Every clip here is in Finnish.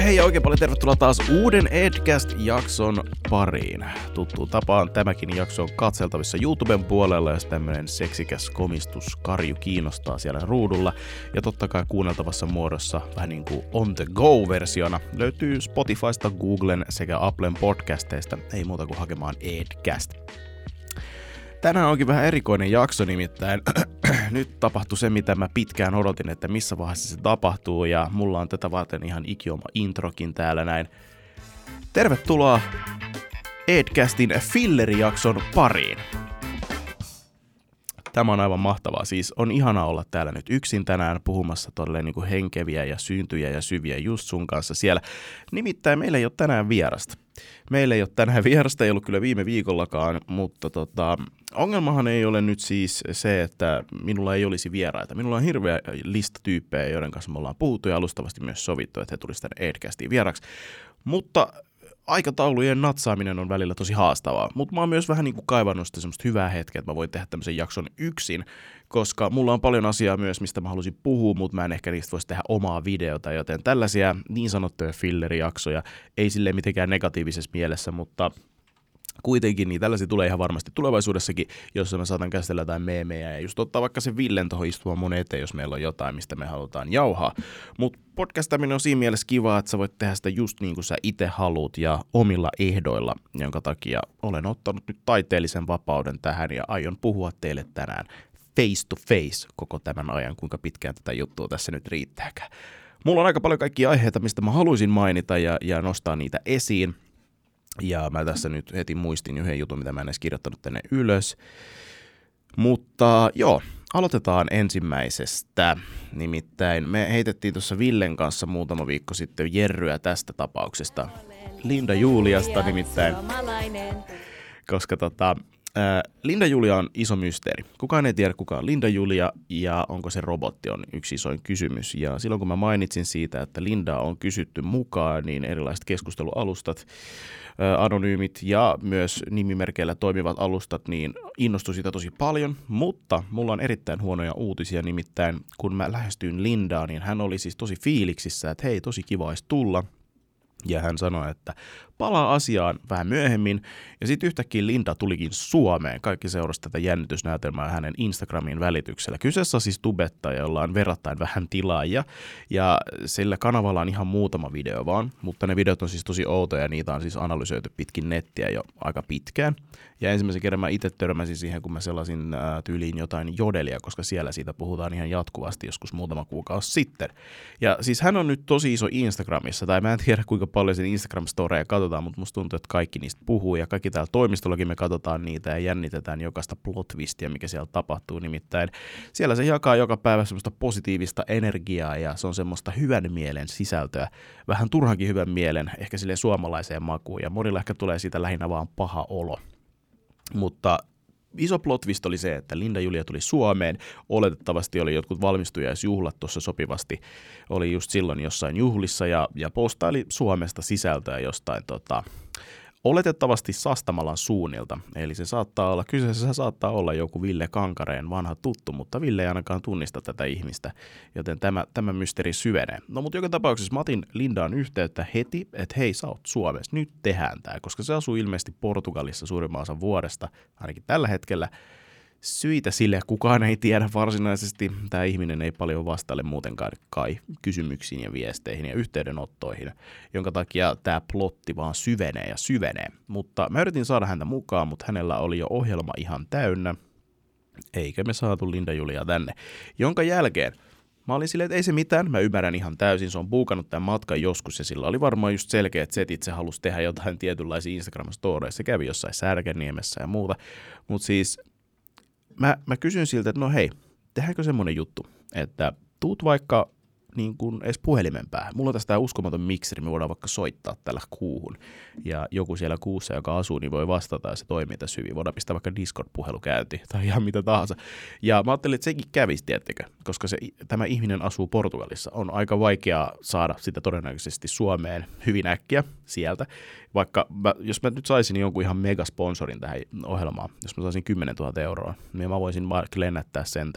Hei ja oikein paljon tervetuloa taas uuden Edcast-jakson pariin. Tuttuun tapaan tämäkin jakso on katseltavissa YouTuben puolella, jos tämmönen seksikäs komistuskarju kiinnostaa siellä ruudulla. Ja totta kai kuunneltavassa muodossa vähän niin kuin on the go-versiona löytyy Spotifysta, Googlen sekä Applen podcasteista. Ei muuta kuin hakemaan Edcast. Tänään onkin vähän erikoinen jakso, nimittäin nyt tapahtui se, mitä mä pitkään odotin, että missä vaiheessa se tapahtuu, ja mulla on tätä varten ihan ikioma introkin täällä näin. Tervetuloa Edcastin fillerijakson pariin. Tämä on aivan mahtavaa, siis on ihanaa olla täällä nyt yksin tänään puhumassa tolleen niin kuin henkeviä ja syntyjä ja syviä just sun kanssa siellä. Nimittäin meillä ei ole tänään vierasta. Meillä ei ole tänään vierasta, ei ollut kyllä viime viikollakaan, mutta ongelmahan ei ole nyt siis se, että minulla ei olisi vieraita. Minulla on hirveä lista tyyppejä, joiden kanssa me ollaan puhuttu ja alustavasti myös sovittu, että he tulisivat tänne Edcastiin vieraksi. Mutta aikataulujen natsaaminen on välillä tosi haastavaa, mutta mä oon myös vähän niin kuin kaivannut sitä semmoista hyvää hetkeä, että mä voin tehdä tämmöisen jakson yksin, koska mulla on paljon asiaa myös, mistä mä halusin puhua, mutta mä en ehkä niistä voisi tehdä omaa videota, joten tällaisia niin sanottuja fillerijaksoja, ei silleen mitenkään negatiivisessa mielessä, mutta kuitenkin niin tällaisia tulee ihan varmasti tulevaisuudessakin, jossa mä saatan käsitellä jotain meemejä ja just ottaa vaikka sen Villen tohon istumaan mun eteen, jos meillä on jotain, mistä me halutaan jauhaa. Mutta podcastaminen on siinä mielessä kiva, että sä voit tehdä sitä just niin kuin sä itse haluut ja omilla ehdoilla, jonka takia olen ottanut nyt taiteellisen vapauden tähän ja aion puhua teille tänään face to face koko tämän ajan, kuinka pitkään tätä juttua tässä nyt riittääkään. Mulla on aika paljon kaikkia aiheita, mistä mä haluaisin mainita ja nostaa niitä esiin. Ja mä tässä nyt heti muistin yhden jutun, mitä mä en edes kirjoittanut tänne ylös. Mutta joo, aloitetaan ensimmäisestä. Nimittäin me heitettiin tuossa Villen kanssa muutama viikko sitten jerryä tästä tapauksesta. Linda Juliasta nimittäin. Koska Linda Julia on iso mysteeri. Kukaan ei tiedä, kuka on Linda Julia ja onko se robotti on yksi isoin kysymys. Ja silloin kun mä mainitsin siitä, että Linda on kysytty mukaan, niin erilaiset keskustelualustat, anonyymit ja myös nimimerkeillä toimivat alustat, niin innostui sitä tosi paljon. Mutta mulla on erittäin huonoja uutisia, nimittäin kun mä lähestyin Lindaa, niin hän oli siis tosi fiiliksissä, että hei, tosi kiva olisi tulla. Ja hän sanoi, että palaa asiaan vähän myöhemmin. Ja sitten yhtäkkiä Linda tulikin Suomeen. Kaikki seurasi tätä jännitysnäytelmää hänen Instagramin välityksellä. Kyseessä on siis tubettaja, jolla on verrattain vähän tilaajia. Ja sillä kanavalla on ihan muutama video vaan. Mutta ne videot on siis tosi outoja ja niitä on siis analysoitu pitkin nettiä jo aika pitkään. Ja ensimmäisen kerran mä itse törmäsin siihen, kun mä selasin tyyliin jotain jodelia, koska siellä siitä puhutaan ihan jatkuvasti joskus muutama kuukausi sitten. Ja siis hän on nyt tosi iso Instagramissa, tai mä en tiedä kuinka paljon sen Instagram-storeja katsotaan, mutta musta tuntuu, että kaikki niistä puhuu, ja kaikki täällä toimistollakin me katsotaan niitä ja jännitetään jokaista plot-twistiä, mikä siellä tapahtuu. Nimittäin siellä se jakaa joka päivä semmoista positiivista energiaa, ja se on semmoista hyvän mielen sisältöä, vähän turhankin hyvän mielen, ehkä silleen suomalaiseen makuun, ja monilla ehkä tulee siitä lähinnä vaan paha olo. Mutta iso plot twist oli se, että Linda Julia tuli Suomeen, oletettavasti oli jotkut valmistujaisjuhlat tuossa sopivasti, oli just silloin jossain juhlissa ja postaili Suomesta sisältöä jostain oletettavasti Sastamalan suunnilta, eli se saattaa olla, kyseessä saattaa olla joku Ville Kankareen vanha tuttu, mutta Ville ei ainakaan tunnista tätä ihmistä, joten tämä mysteeri syvenee. No mutta joka tapauksessa mä otin Lindaan yhteyttä heti, että hei, sä oot Suomessa, nyt tehdään tää, koska se asuu ilmeisesti Portugalissa suurimman osan vuodesta, ainakin tällä hetkellä. Syitä sille kukaan ei tiedä varsinaisesti. Tämä ihminen ei paljon vastaile muutenkaan kai kysymyksiin ja viesteihin ja yhteydenottoihin, jonka takia tämä plotti vaan syvenee ja syvenee. Mutta mä yritin saada häntä mukaan, mutta hänellä oli jo ohjelma ihan täynnä, eikä me saatu Linda Julia tänne. Jonka jälkeen mä olin silleen, että ei se mitään, mä ymmärrän ihan täysin, se on buukannut tämän matkan joskus ja sillä oli varmaan just selkeät setit, se halusi tehdä jotain tietynlaisia Instagram-storeja, se kävi jossain Särkänniemessä ja muuta, mutta siis Mä kysyn siltä, että no hei, tehdäänkö semmonen juttu, että tuut vaikka niin kuin edes puhelimen päähän. Mulla on tästä uskomaton mikseri, me voidaan vaikka soittaa tällä kuuhun. Ja joku siellä kuussa, joka asuu, niin voi vastata ja se toimii tässä hyvin. Voidaan pistää vaikka Discord-puhelu käyntiin tai ihan mitä tahansa. Ja mä ajattelin, että sekin kävisi, tiettekö, koska tämä ihminen asuu Portugalissa. On aika vaikeaa saada sitä todennäköisesti Suomeen hyvin äkkiä sieltä. Vaikka jos mä nyt saisin jonkun ihan megasponsorin tähän ohjelmaan, jos mä saisin 10 000 euroa, niin mä voisin lennättää sen tänne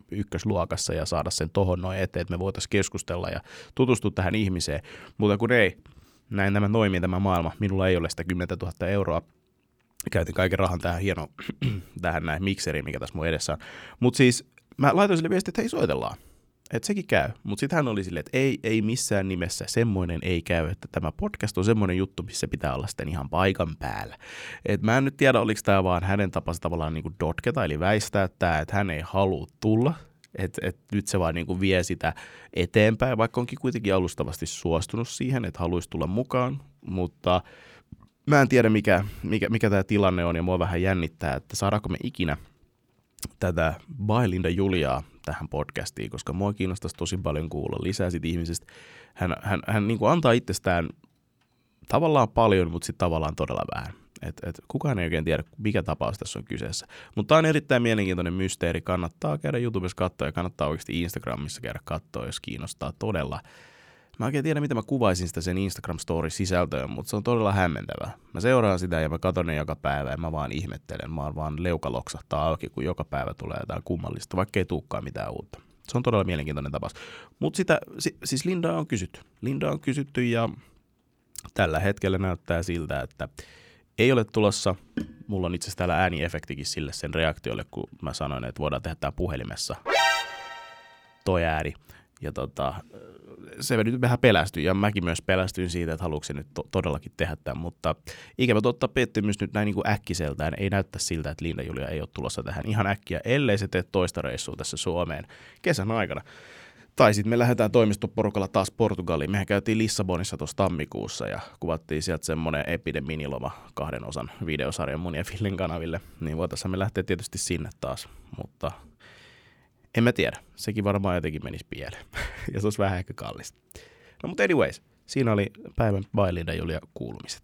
ykkösluokassa ja saada sen tohon noin eteen, että me voitaisiin keskustella ja tutustua tähän ihmiseen. Mutta kun ei, näin tämä toimii tämä maailma. Minulla ei ole sitä 10 000 euroa. Käytin kaiken rahan tähän tähän näin mikseriin, mikä tässä mun edessä on. Mutta siis mä laitoin sille viestiä, että hei, soitellaan. Että sekin käy. Mutta sitten hän oli silleen, että ei missään nimessä semmoinen ei käy, että tämä podcast on semmoinen juttu, missä pitää olla sitten ihan paikan päällä. Et mä en nyt tiedä, oliko tämä vaan hänen tapansa tavallaan niinku dotketa, eli väistää tämä, että hän ei halua tulla. Että nyt se vaan niinku vie sitä eteenpäin, vaikka onkin kuitenkin alustavasti suostunut siihen, että haluaisi tulla mukaan. Mutta mä en tiedä, mikä tämä tilanne on, ja mua vähän jännittää, että saadaanko me ikinä tätä By Linda Juliaa tähän podcastiin, koska mua kiinnostaisi tosi paljon kuulla lisää siitä ihmisestä. Hän niin kuin antaa itsestään tavallaan paljon, mutta sitten tavallaan todella vähän. Et kukaan ei oikein tiedä, mikä tapaus tässä on kyseessä. Mutta tämä on erittäin mielenkiintoinen mysteeri. Kannattaa käydä YouTubessa katsoa ja kannattaa oikeasti Instagramissa käydä katsoa, jos kiinnostaa todella. Mä oikein tiedä, miten mä kuvaisin sitä sen Instagram-story-sisältöön, mutta se on todella hämmentävää. Mä seuraan sitä ja mä katson ne joka päivä ja mä vaan ihmettelen. Mä oon vaan leuka loksahtaa auki, kun joka päivä tulee jotain kummallista, vaikka ei tulekaan mitään uutta. Se on todella mielenkiintoinen tapaus. Mutta siis Lindaa on kysytty. Lindaa on kysytty ja tällä hetkellä näyttää siltä, että ei ole tulossa. Mulla on itse asiassa täällä ääniefektikin sille sen reaktiolle, kun mä sanoin, että voidaan tehdä tää puhelimessa. Toi ääni. Ja se nyt vähän pelästyi, ja mäkin myös pelästyin siitä, että haluatko se nyt todellakin tehdä tämän, mutta ikävä totta pettymys nyt näin niin kuin äkkiseltään ei näyttä siltä, että Linda Julia ei ole tulossa tähän ihan äkkiä, ellei se tee toista reissua tässä Suomeen kesän aikana. Tai sitten me lähdetään toimistoporukalla taas Portugaliin. Mehän käytiin Lissabonissa tuossa tammikuussa ja kuvattiin sieltä semmoinen epideminiiloma 2 osan videosarjan mun ja Fillen kanaville, niin voitaisiin me lähteä tietysti sinne taas, mutta en mä tiedä. Sekin varmaan jotenkin menisi pieleen. Ja se olisi vähän ehkä kallista. No mutta anyways, siinä oli päivän By Linda Julia kuulumiset.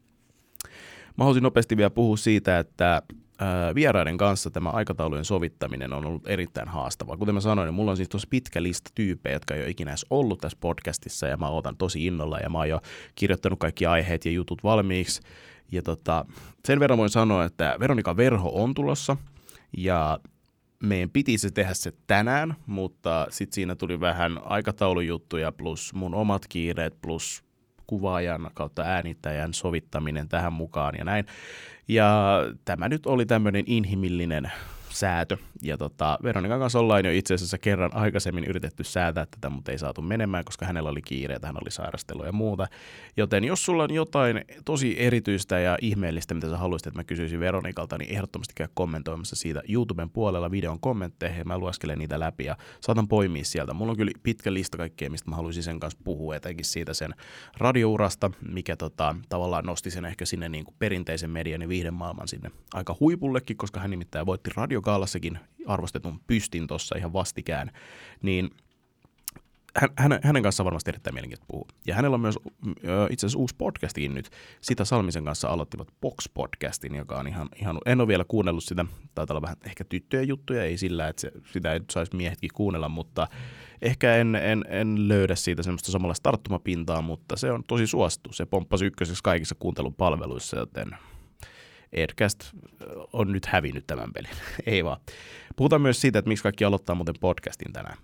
Mä haluaisin nopeasti vielä puhua siitä, että vieraiden kanssa tämä aikataulujen sovittaminen on ollut erittäin haastavaa. Kuten mä sanoin, niin mulla on siis tosi pitkä lista tyyppejä, jotka ei ole ikinä edes ollut tässä podcastissa, ja mä otan tosi innolla, ja mä oon jo kirjoittanut kaikki aiheet ja jutut valmiiksi. Ja sen verran voin sanoa, että Veronika Verho on tulossa, ja meidän piti se tehdä se tänään, mutta sitten siinä tuli vähän aikataulujuttuja plus mun omat kiireet plus kuvaajan kautta äänittäjän sovittaminen tähän mukaan ja näin. Ja tämä nyt oli tämmöinen inhimillinen säätö. Ja Veronikan kanssa ollaan jo itse asiassa kerran aikaisemmin yritetty säätää tätä, mutta ei saatu menemään, koska hänellä oli kiireitä, hän oli sairastelua ja muuta. Joten jos sulla on jotain tosi erityistä ja ihmeellistä, mitä sä haluaisit, että mä kysyisin Veronikalta, niin ehdottomasti käy kommentoimassa siitä YouTuben puolella videon kommentteihin. Mä lueskelen niitä läpi ja saatan poimia sieltä. Mulla on kyllä pitkä lista kaikkea, mistä mä haluaisin sen kanssa puhua, etenkin siitä sen radiourasta, mikä tavallaan nosti sen ehkä sinne niin kuin perinteisen median ja viihdemaailman sinne aika huipullekin, koska hän nimittäin voitti Radiogaalassakin arvostetun pystin tuossa ihan vastikään, niin hänen kanssaan varmasti erittäin mielenkiintoista puhua. Ja hänellä on myös itse asiassa uusi podcastikin nyt. Sitä Salmisen kanssa aloittivat Box-podcastin, joka on ihan en ole vielä kuunnellut sitä. Taitaa olla vähän ehkä tyttöjen juttuja, ei sillä, että sitä ei saisi miehetkin kuunnella, mutta ehkä en löydä siitä semmoista samanlaista tarttumapintaa, mutta se on tosi suosittu. Se pomppasi ykköseksi kaikissa kuuntelun palveluissa, joten Edcast on nyt hävinnyt tämän pelin. Ei vaan. Puhutaan myös siitä, että miksi kaikki aloittaa muuten podcastin tänään.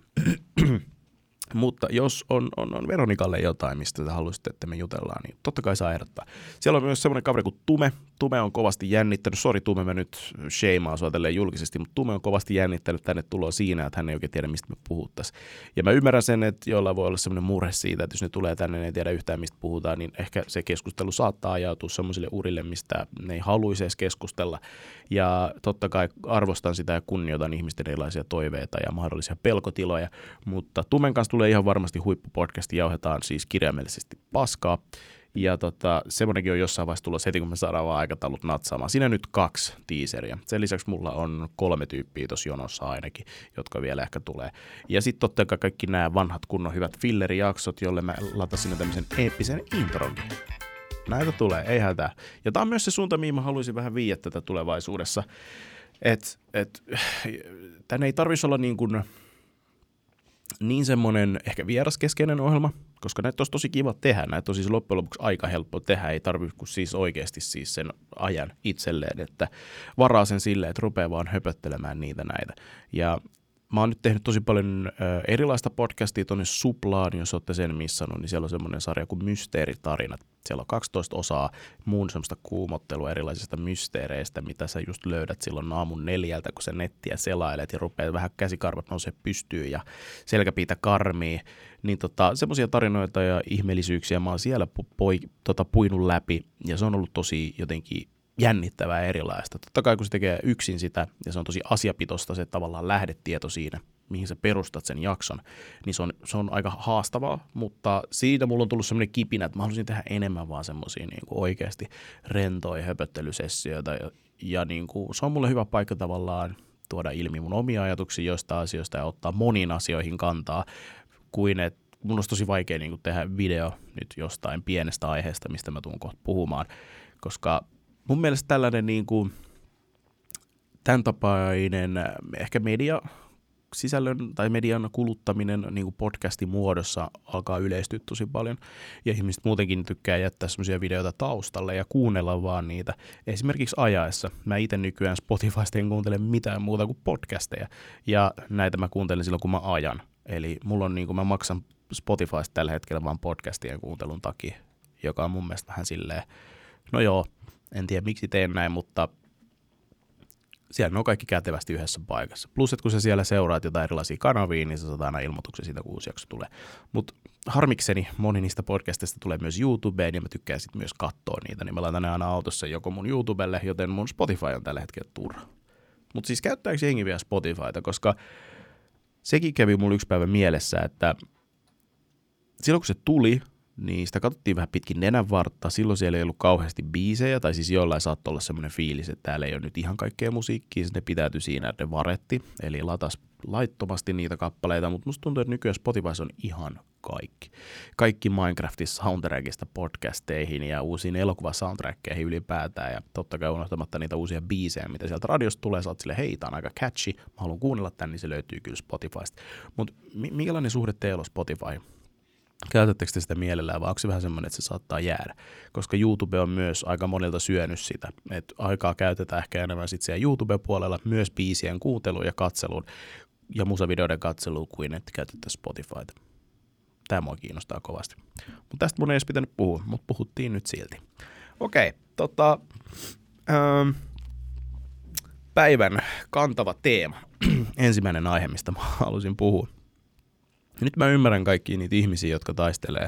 Mutta jos on Veronikalle jotain, mistä te haluaisitte, että me jutellaan, niin totta kai saa ehdottaa. Siellä on myös semmoinen kaveri kuin Tume. Tume on kovasti jännittänyt. Sori Tume, mä nyt shameaan sua tälleen julkisesti, mutta Tume on kovasti jännittänyt tänne tuloa siinä, että hän ei oikein tiedä, mistä me puhuttaisiin. Ja mä ymmärrän sen, että jollain voi olla semmoinen murhe siitä, että jos ne tulee tänne ja ei tiedä yhtään, mistä puhutaan, niin ehkä se keskustelu saattaa ajautua semmoisille urille, mistä ne ei haluaisi edes keskustella. Ja totta kai arvostan sitä ja kunnioitan ihmisten erilaisia toiveita ja mahdollisia pelkotiloja, mutta Tumen kanssa tulee ihan varmasti huippupodcasti, jauhetaan siis kirjaimellisesti paskaa. Ja semmoinenkin on jossain vaiheessa tulossa heti, kun me saadaan vaan aikataulut natsaamaan. Siinä nyt 2 teaseria. Sen lisäksi mulla on 3 tyyppiä tuossa jonossa ainakin, jotka vielä ehkä tulee. Ja sitten totta kai kaikki nämä vanhat kunnon hyvät fillerijaksot, jolle mä latasin tämmöisen eeppisen intronkin. Näitä tulee, ei hätää. Ja tää on myös se suunta, mihin mä haluaisin vähän viiä tätä tulevaisuudessa. Tänne ei tarvitsisi olla niin semmoinen ehkä vieraskeskeinen ohjelma, koska näitä olisi tosi kiva tehdä. Näitä on siis loppujen lopuksi aika helppo tehdä. Ei tarvitse kuin siis oikeasti siis sen ajan itselleen, että varaa sen silleen, että rupeaa vaan höpöttelemään niitä näitä. Ja mä oon nyt tehnyt tosi paljon erilaista podcastia tuonne Suplaan, jos olette sen missannut, niin siellä on semmoinen sarja kuin Mysteeritarinat. Siellä on 12 osaa muun semmoista kuumottelua erilaisista mysteereistä, mitä sä just löydät silloin aamun 4, kun sä nettiä selailet ja rupeat vähän käsikarvat nousee pystyyn ja selkäpiitä karmii. Niin semmoisia tarinoita ja ihmeellisyyksiä mä oon siellä puinut läpi ja se on ollut tosi jotenkin jännittävää erilaista. Totta kai kun se tekee yksin sitä ja se on tosi asiapitoista se tavallaan lähdetieto siinä, mihin sä perustat sen jakson, niin se on aika haastavaa, mutta siitä mulla on tullut semmoinen kipinä, että mä haluaisin tehdä enemmän vaan semmoisia niin kuin oikeasti rentoja höpöttelysessioita ja niin kuin, se on mulle hyvä paikka tavallaan tuoda ilmi mun omia ajatuksia joistain asioista ja ottaa moniin asioihin kantaa, kuin että mun olisi tosi vaikea niin kuin tehdä video nyt jostain pienestä aiheesta, mistä mä tuun kohta puhumaan, koska mun mielestä tällainen niin kuin, tämän tapainen ehkä sisällön tai median kuluttaminen niin kuin podcastin muodossa alkaa yleistyä tosi paljon. Ja ihmiset muutenkin tykkää jättää semmoisia videoita taustalle ja kuunnella vaan niitä. Esimerkiksi ajaessa. Mä itse nykyään Spotifysta en kuuntele mitään muuta kuin podcasteja. Ja näitä mä kuuntelen silloin, kun mä ajan. Eli mulla on niin kuin mä maksan Spotifysta tällä hetkellä vaan podcastien kuuntelun takia, joka on mun mielestä vähän silleen, no joo, en tiedä miksi teen näin, mutta siellä ne on kaikki kätevästi yhdessä paikassa. Plus, että kun sä siellä seuraat jotain erilaisia kanavia, niin sä saat aina ilmoituksia siitä, kun uusi jakso tulee. Mutta harmikseni moni niistä podcastista tulee myös YouTubeen, ja mä tykkään sitten myös katsoa niitä, niin mä laitan ne aina autossa joko mun YouTubelle, joten mun Spotify on tällä hetkellä turha. Mutta siis käyttääkö jengi vielä Spotifyta, koska sekin kävi mulla yksi päivä mielessä, että silloin kun se tuli, niin sitä katsottiin vähän pitkin nenänvartta. Silloin siellä ei ollut kauheasti biisejä, tai siis jollain saattoi olla semmoinen fiilis, että täällä ei ole nyt ihan kaikkea musiikkia. Ne pitäytyi siinä, että ne varetti, eli latas laittomasti niitä kappaleita, mutta musta tuntuu, että nykyään Spotify on ihan kaikki. Kaikki Minecraftin soundtrackista podcasteihin ja uusiin elokuvasoundtrackkeihin ylipäätään, ja totta kai unohtamatta niitä uusia biisejä, mitä sieltä radiosta tulee, sä oot silleen, hei, tää on aika catchy, mä haluan kuunnella tän, niin se löytyy kyllä Spotifysta. Mutta minkälainen suhde teillä on Spotify? Käytättekö te sitä mielellään, vai onko se vähän semmoinen, että se saattaa jäädä? Koska YouTube on myös aika monilta syönyt sitä, että aikaa käytetään ehkä enemmän sitten siellä YouTube-puolella myös biisien kuunteluun ja katseluun ja musavideoiden katseluun kuin että käytettäisiin Spotifyta. Tämä mua kiinnostaa kovasti. Mutta tästä mun ei edes pitänyt puhua, mutta puhuttiin nyt silti. Okei, päivän kantava teema. Ensimmäinen aihe, mistä mä halusin puhua. Ja nyt mä ymmärrän kaikkia niitä ihmisiä, jotka taistelee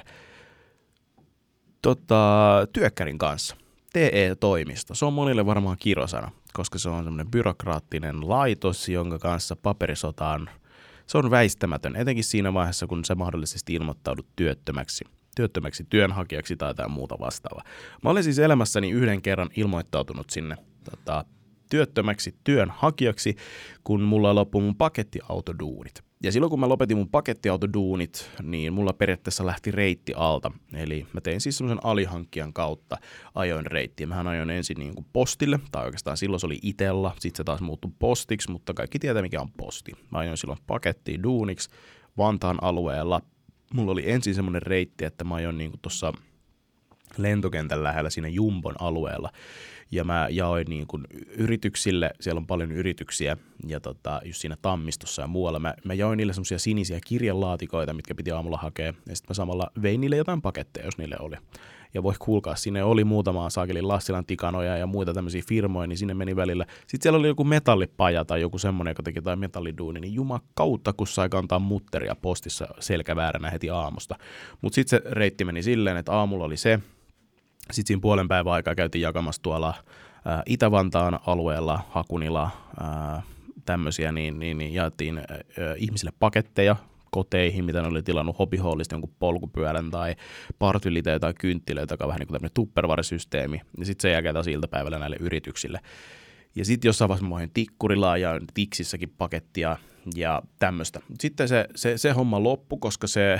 työkkärin kanssa. TE-toimisto. Se on monille varmaan kirosana, koska se on semmoinen byrokraattinen laitos, jonka kanssa paperisotaan. Se on väistämätön, etenkin siinä vaiheessa, kun sä mahdollisesti ilmoittaudut työttömäksi työnhakijaksi tai jotain muuta vastaavaa. Mä olen siis elämässäni yhden kerran ilmoittautunut sinne työttömäksi työnhakijaksi, kun mulla loppui mun pakettiautoduunit. Ja silloin kun mä lopetin mun pakettiautoduunit, niin mulla periaatteessa lähti reitti alta. Eli mä tein siis semmoisen alihankkijan kautta ajoin reittiä. Mähän ajoin ensin niin kuin postille, tai oikeastaan silloin se oli Itella, sitten se taas muuttui postiksi, mutta kaikki tietää mikä on posti. Mä ajoin silloin pakettiin duuniksi Vantaan alueella. Mulla oli ensin semmoinen reitti, että mä ajoin niin kuin tuossa lentokentän lähellä siinä Jumbon alueella. Ja mä jaoin niin kuin yrityksille, siellä on paljon yrityksiä, ja just siinä Tammistossa ja muualla, mä jaoin niille semmoisia sinisiä kirjelaatikoita, mitkä piti aamulla hakea, ja sitten mä samalla vein niille jotain paketteja, jos niille oli. Ja voi kuulkaa, sinne oli muutama saakelin Lassilan tikanoja ja muita tämmöisiä firmoja, niin sinne meni välillä. Sitten siellä oli joku metallipaja tai joku semmoinen, joka teki jotain metalliduuni, niin jumakautta, kun sai kantaa mutteria postissa selkävääränä heti aamusta. Mutta sitten se reitti meni silleen, että aamulla oli se. Sitten siinä puolen päivän aikaa käytiin jakamassa tuolla Itä-Vantaan alueella, Hakunila, tämmöisiä, niin jaettiin ihmisille paketteja koteihin, mitä ne oli tilannut hobbyhollista, jonkun polkupyörän tai partylitä tai kynttilöitä, joka on vähän niin kuin tämmöinen tupperware-systeemi. Ja sitten sen jälkeen taas iltapäivällä näille yrityksille. Ja sitten jossain vaiheessa mä voin tikkurilla ja Tixissäkin pakettia ja tämmöistä. Sitten se homma loppui, koska se,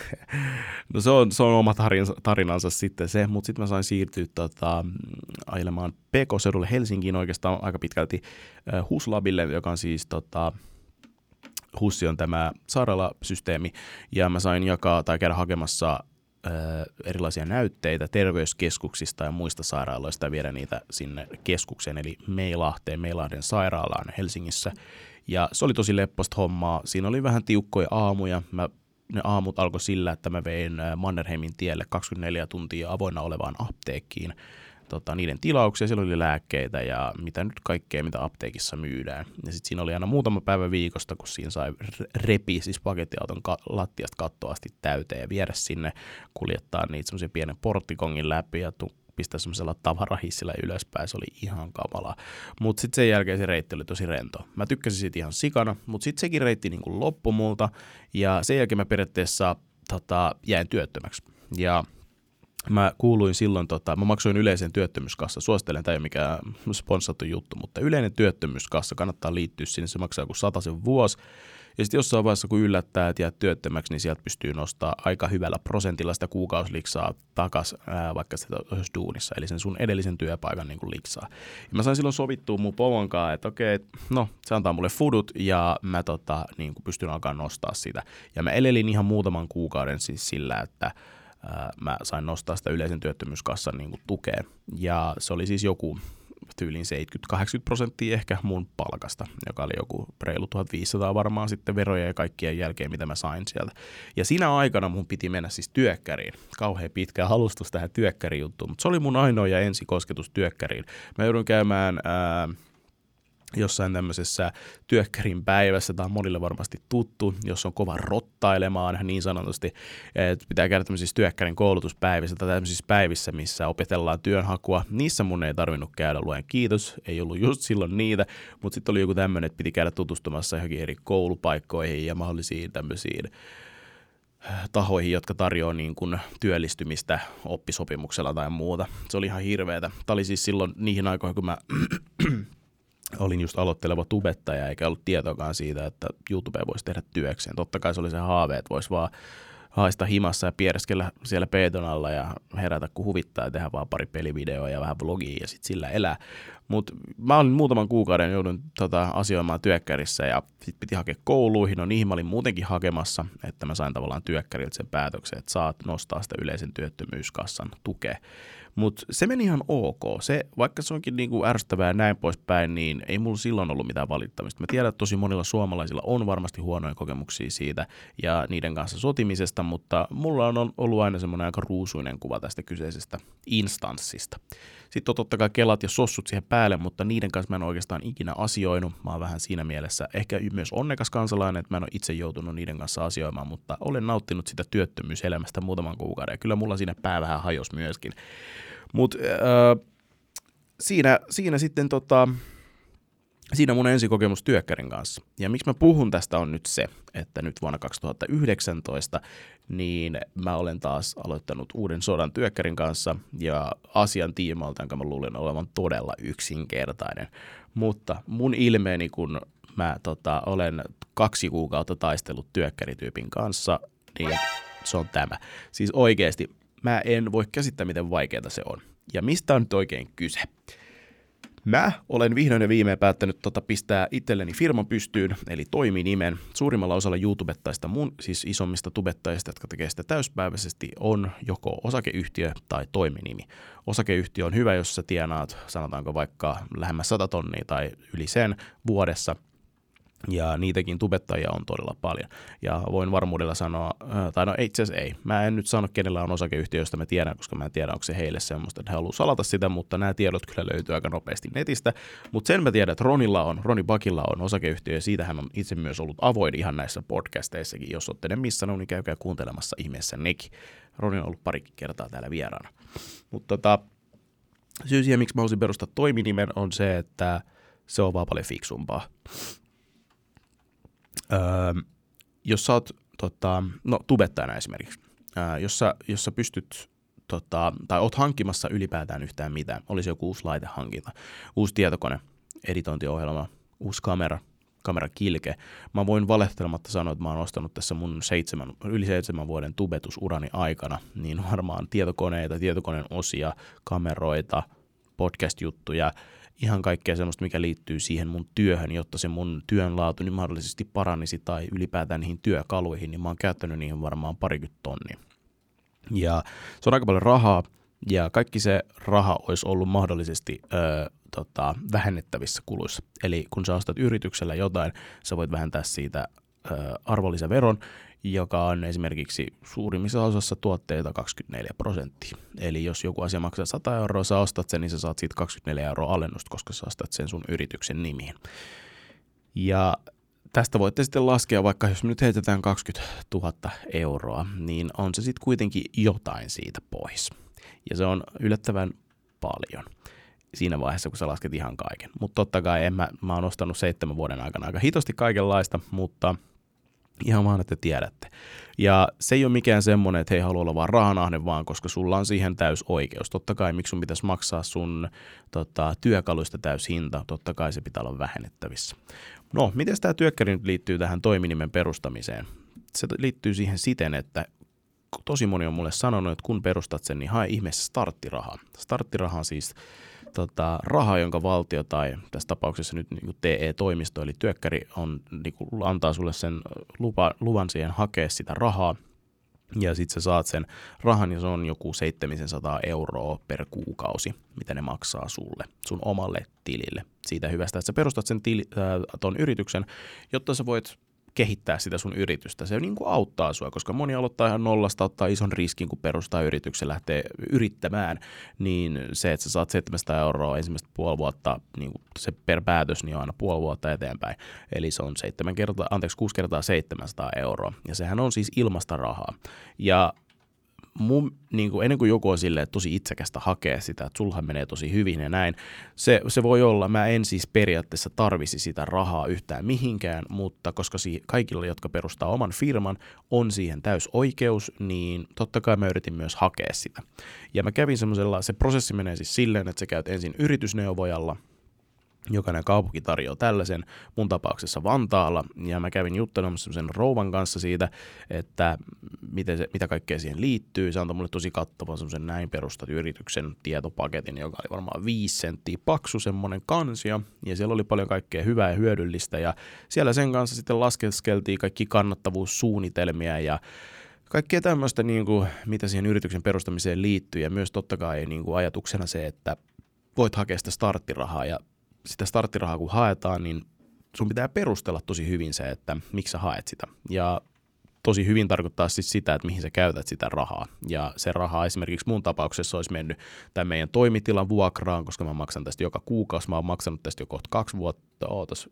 no se on oma tarinansa sitten se, mutta sitten mä sain siirtyä ajelemaan PK-seudulle Helsinkiin oikeastaan aika pitkälti HUS-labille, joka on siis HUS on tämä sairaalasysteemi, ja mä sain jakaa tai käydä hakemassa erilaisia näytteitä terveyskeskuksista ja muista sairaaloista ja viedä niitä sinne keskukseen, eli Meilahden sairaalaan Helsingissä. Ja se oli tosi lepposta hommaa. Siinä oli vähän tiukkoja aamuja. Ne aamut alkoi sillä, että mä vein Mannerheimin tielle 24 tuntia avoinna olevaan apteekkiin niiden tilauksia. Siellä oli lääkkeitä ja mitä nyt kaikkea, mitä apteekissa myydään. Ja sitten siinä oli aina muutama päivä viikosta, kun siinä sai repiä siis pakettiauton lattiasta kattoa asti täyteen ja viedä sinne, kuljettaa niitä semmoisen pienen porttikongin läpi ja pistää semmoisella tavarahissillä ylöspäin. Se oli ihan kamalaa. Mutta sitten sen jälkeen se reitti oli tosi rento. Mä tykkäsin siitä ihan sikana, mutta sitten sekin reitti niin kuin loppui multa ja sen jälkeen mä periaatteessa jäin työttömäksi. Ja mä kuuluin silloin, mä maksoin yleisen työttömyyskassa, suosittelen, tämä ei ole mikään sponsattu juttu, mutta yleinen työttömyyskassa, kannattaa liittyä sinne, se maksaa joku 100 vuosi. Ja sitten jossain vaiheessa, kun yllättää, että jäät työttömäksi, niin sieltä pystyy nostaa aika hyvällä prosentilla sitä kuukausiliksaa takaisin, vaikka sitä olisi duunissa, eli sen sun edellisen työpaikan niin kuin liksaa. Ja mä sain silloin sovittua mun povonkaan, että okei, no se antaa mulle fudut ja mä niin kuin pystyn alkaa nostaa sitä. Ja mä elelin ihan muutaman kuukauden siis sillä, että mä sain nostaa sitä yleisen työttömyyskassan niin kuin tukeen. Ja se oli siis joku tyyliin 70-80% ehkä mun palkasta, joka oli joku reilu 1500 varmaan sitten veroja ja kaikkien jälkeen, mitä mä sain sieltä. Ja siinä aikana mun piti mennä siis työkkäriin. Kauhean pitkä halustus tähän työkkärijuttuun, mutta se oli mun ainoa ja ensikosketus työkkäriin. Mä joudun käymään jossain tämmöisessä työkkärin päivässä, tämä on monille varmasti tuttu, jos on kova rottailemaan niin sanotusti, että pitää käydä tämmöisissä työkkärin koulutuspäivissä tai tämmöisissä päivissä, missä opetellaan työnhakua. Niissä mun ei tarvinnut käydä, luen kiitos, ei ollut just silloin niitä, mutta sitten oli joku tämmöinen, että piti käydä tutustumassa johonkin eri koulupaikkoihin ja mahdollisiin tämmöisiin tahoihin, jotka tarjoaa niin kuin työllistymistä oppisopimuksella tai muuta. Se oli ihan hirveetä. Tämä oli siis silloin niihin aikoihin, kun mä olin just aloitteleva tubettaja, eikä ollut tietoakaan siitä, että YouTubea voisi tehdä työkseen. Totta kai se oli se haave, että voisi vaan haista himassa ja piereskellä siellä peiton alla ja herätä kun huvittaa ja tehdä vaan pari pelivideoa ja vähän vlogia ja sitten sillä elää. Mutta mä olin muutaman kuukauden joudun asioimaan työkkärissä ja sitten piti hakea kouluihin. No niihin mä olin muutenkin hakemassa, että mä sain tavallaan työkkäriltä sen päätöksen, että saat nostaa sitä yleisen työttömyyskassan tukea. Mutta se meni ihan ok. Se, vaikka se onkin niinku ärsyttävää ja näin poispäin, niin ei mulla silloin ollut mitään valittamista. Mä tiedän, että tosi monilla suomalaisilla on varmasti huonoja kokemuksia siitä ja niiden kanssa sotimisesta, mutta mulla on ollut aina semmoinen aika ruusuinen kuva tästä kyseisestä instanssista. Sitten on totta kai kelat ja sossut siihen päälle, mutta niiden kanssa mä en oikeastaan ikinä asioinut. Mä oon vähän siinä mielessä ehkä myös onnekas kansalainen, että mä en ole itse joutunut niiden kanssa asioimaan, mutta olen nauttinut sitä työttömyyselämästä muutaman kuukauden. Ja kyllä mulla siinä pää vähän hajosi myöskin. Mutta siinä sitten siinä mun ensikokemus työkkärin kanssa. Ja miksi mä puhun tästä on nyt se, että nyt vuonna 2019 niin mä olen taas aloittanut uuden sodan työkkärin kanssa ja asian tiimalta, jonka mä luulen olevan todella yksinkertainen. Mutta mun ilmeeni, kun mä olen 2 kuukautta taistellut työkkärityypin kanssa, niin se on tämä. Siis oikeasti mä en voi käsittää, miten vaikeaa se on. Ja mistä on nyt oikein kyse? Mä olen vihdoin ja viimein päättänyt pistää itselleni firman pystyyn, eli toiminimen. Suurimmalla osalla YouTubettajista, siis isommista tubettajista, jotka tekee sitä täyspäiväisesti, on joko osakeyhtiö tai toiminimi. Osakeyhtiö on hyvä, jos sä tienaat, sanotaanko vaikka lähemmäs 100 tonnia tai yli sen vuodessa. Ja niitäkin tubettajia on todella paljon. Ja voin varmuudella sanoa, tai no itse asiassa ei. Mä en nyt sano, kenellä on osakeyhtiö, josta mä tiedän, koska mä en tiedä, onko se heille semmoista, että he haluaa salata sitä, mutta nämä tiedot kyllä löytyy aika nopeasti netistä. Mutta sen mä tiedän, että Roni Bakilla on osakeyhtiö, ja siitä hän on itse myös ollut avoin ihan näissä podcasteissakin. Jos olette ne missannut, niin käykää kuuntelemassa ihmeessä nekin. Roni on ollut parikin kertaa täällä vieraana. Mutta syy siihen, miksi mä haluaisin perustaa toiminimen, on se, että se on vaan paljon fiksumpaa. Jos sä oot tubettajana esimerkiksi, jos sä pystyt tai oot hankkimassa ylipäätään yhtään mitään, olisi joku uusi laitehankinta, uusi tietokone, editointiohjelma, uusi kamerakilke. Mä voin valehtelematta sanoa, että mä oon ostanut tässä mun yli 7 vuoden tubetusurani aikana, niin varmaan tietokoneita, tietokoneen osia, kameroita, podcast-juttuja, ihan kaikkea semmoista, mikä liittyy siihen mun työhön, jotta se mun työn laatu niin mahdollisesti paranisi tai ylipäätään niihin työkaluihin, niin mä oon käyttänyt niihin varmaan 20 tonnia. Ja se on aika paljon rahaa, ja kaikki se raha olisi ollut mahdollisesti vähennettävissä kuluissa. Eli kun sä ostat yrityksellä jotain, sä voit vähentää siitä arvonlisäveron, joka on esimerkiksi suurimmissa osassa tuotteita 24%. Eli jos joku asia maksaa 100 euroa, sä ostat sen, niin sä saat siitä 24 euroa alennusta, koska sä ostat sen sun yrityksen nimiin. Ja tästä voitte sitten laskea, vaikka jos me nyt heitetään 20 000 euroa, niin on se sitten kuitenkin jotain siitä pois. Ja se on yllättävän paljon siinä vaiheessa, kun sä lasket ihan kaiken. Mutta totta kai mä oon ostanut 7 vuoden aikana aika hitosti kaikenlaista, mutta ihan vaan, että tiedätte. Ja se ei ole mikään semmoinen, että hei, haluaa olla vaan rahanahne vaan, koska sulla on siihen täys oikeus. Totta kai, miksi sun pitäisi maksaa sun työkaluista täys hinta, totta kai se pitää olla vähennettävissä. No, miten tämä työkkäri nyt liittyy tähän toiminimen perustamiseen? Se liittyy siihen siten, että tosi moni on mulle sanonut, että kun perustat sen, niin hae ihmeessä starttirahaa. Starttiraha on siis raha, jonka valtio tai tässä tapauksessa nyt niin TE-toimisto, eli työkkäri niin antaa sulle sen luvan siihen hakea sitä rahaa, ja sitten sä saat sen rahan, ja se on joku 700 euroa per kuukausi, mitä ne maksaa sulle, sun omalle tilille. Siitä hyvästä, että sä perustat sen ton yrityksen, jotta sä voit kehittää sitä sun yritystä. Se niin kuin auttaa sua, koska moni aloittaa ihan nollasta, ottaa ison riskin, kun perustaa yrityksen, lähtee yrittämään, niin se, että sä saat 700 euroa ensimmäistä puoli vuotta, niin se per päätös, niin on aina puoli vuotta eteenpäin. Eli se on 6 kertaa 700 euroa, ja sehän on siis ilmasta rahaa. Ja niin kuin ennen kuin joku on silleen, että tosi itsekästä hakea sitä, että sullahan menee tosi hyvin ja näin, se voi olla, mä en siis periaatteessa tarvisi sitä rahaa yhtään mihinkään, mutta koska kaikilla, jotka perustaa oman firman, on siihen täys oikeus, niin totta kai mä yritin myös hakea sitä. Ja mä kävin se prosessi menee siis silleen, että sä käyt ensin yritysneuvojalla, jokainen kaupunki tarjoaa tällaisen, mun tapauksessa Vantaalla, ja mä kävin juttelemassa sen rouvan kanssa siitä, että mitä kaikkea siihen liittyy. Se antoi mulle tosi kattavan semmoisen näin perustat yrityksen tietopaketin, joka oli varmaan 5 senttiä paksu semmoinen kansio, ja siellä oli paljon kaikkea hyvää ja hyödyllistä, ja siellä sen kanssa sitten laskeskeltiin kaikki kannattavuussuunnitelmia ja kaikkea tämmöistä, niin kuin, mitä siihen yrityksen perustamiseen liittyy, ja myös totta kai niin kuin ajatuksena se, että voit hakea sitä starttirahaa, ja sitä starttirahaa kun haetaan, niin sun pitää perustella tosi hyvin se, että miksi sä haet sitä. Ja tosi hyvin tarkoittaa siis sitä, että mihin sä käytät sitä rahaa. Ja se raha esimerkiksi mun tapauksessa olisi mennyt tämän meidän toimitilan vuokraan, koska mä maksan tästä joka kuukausi. Mä oon maksanut tästä jo kohta 2 vuotta,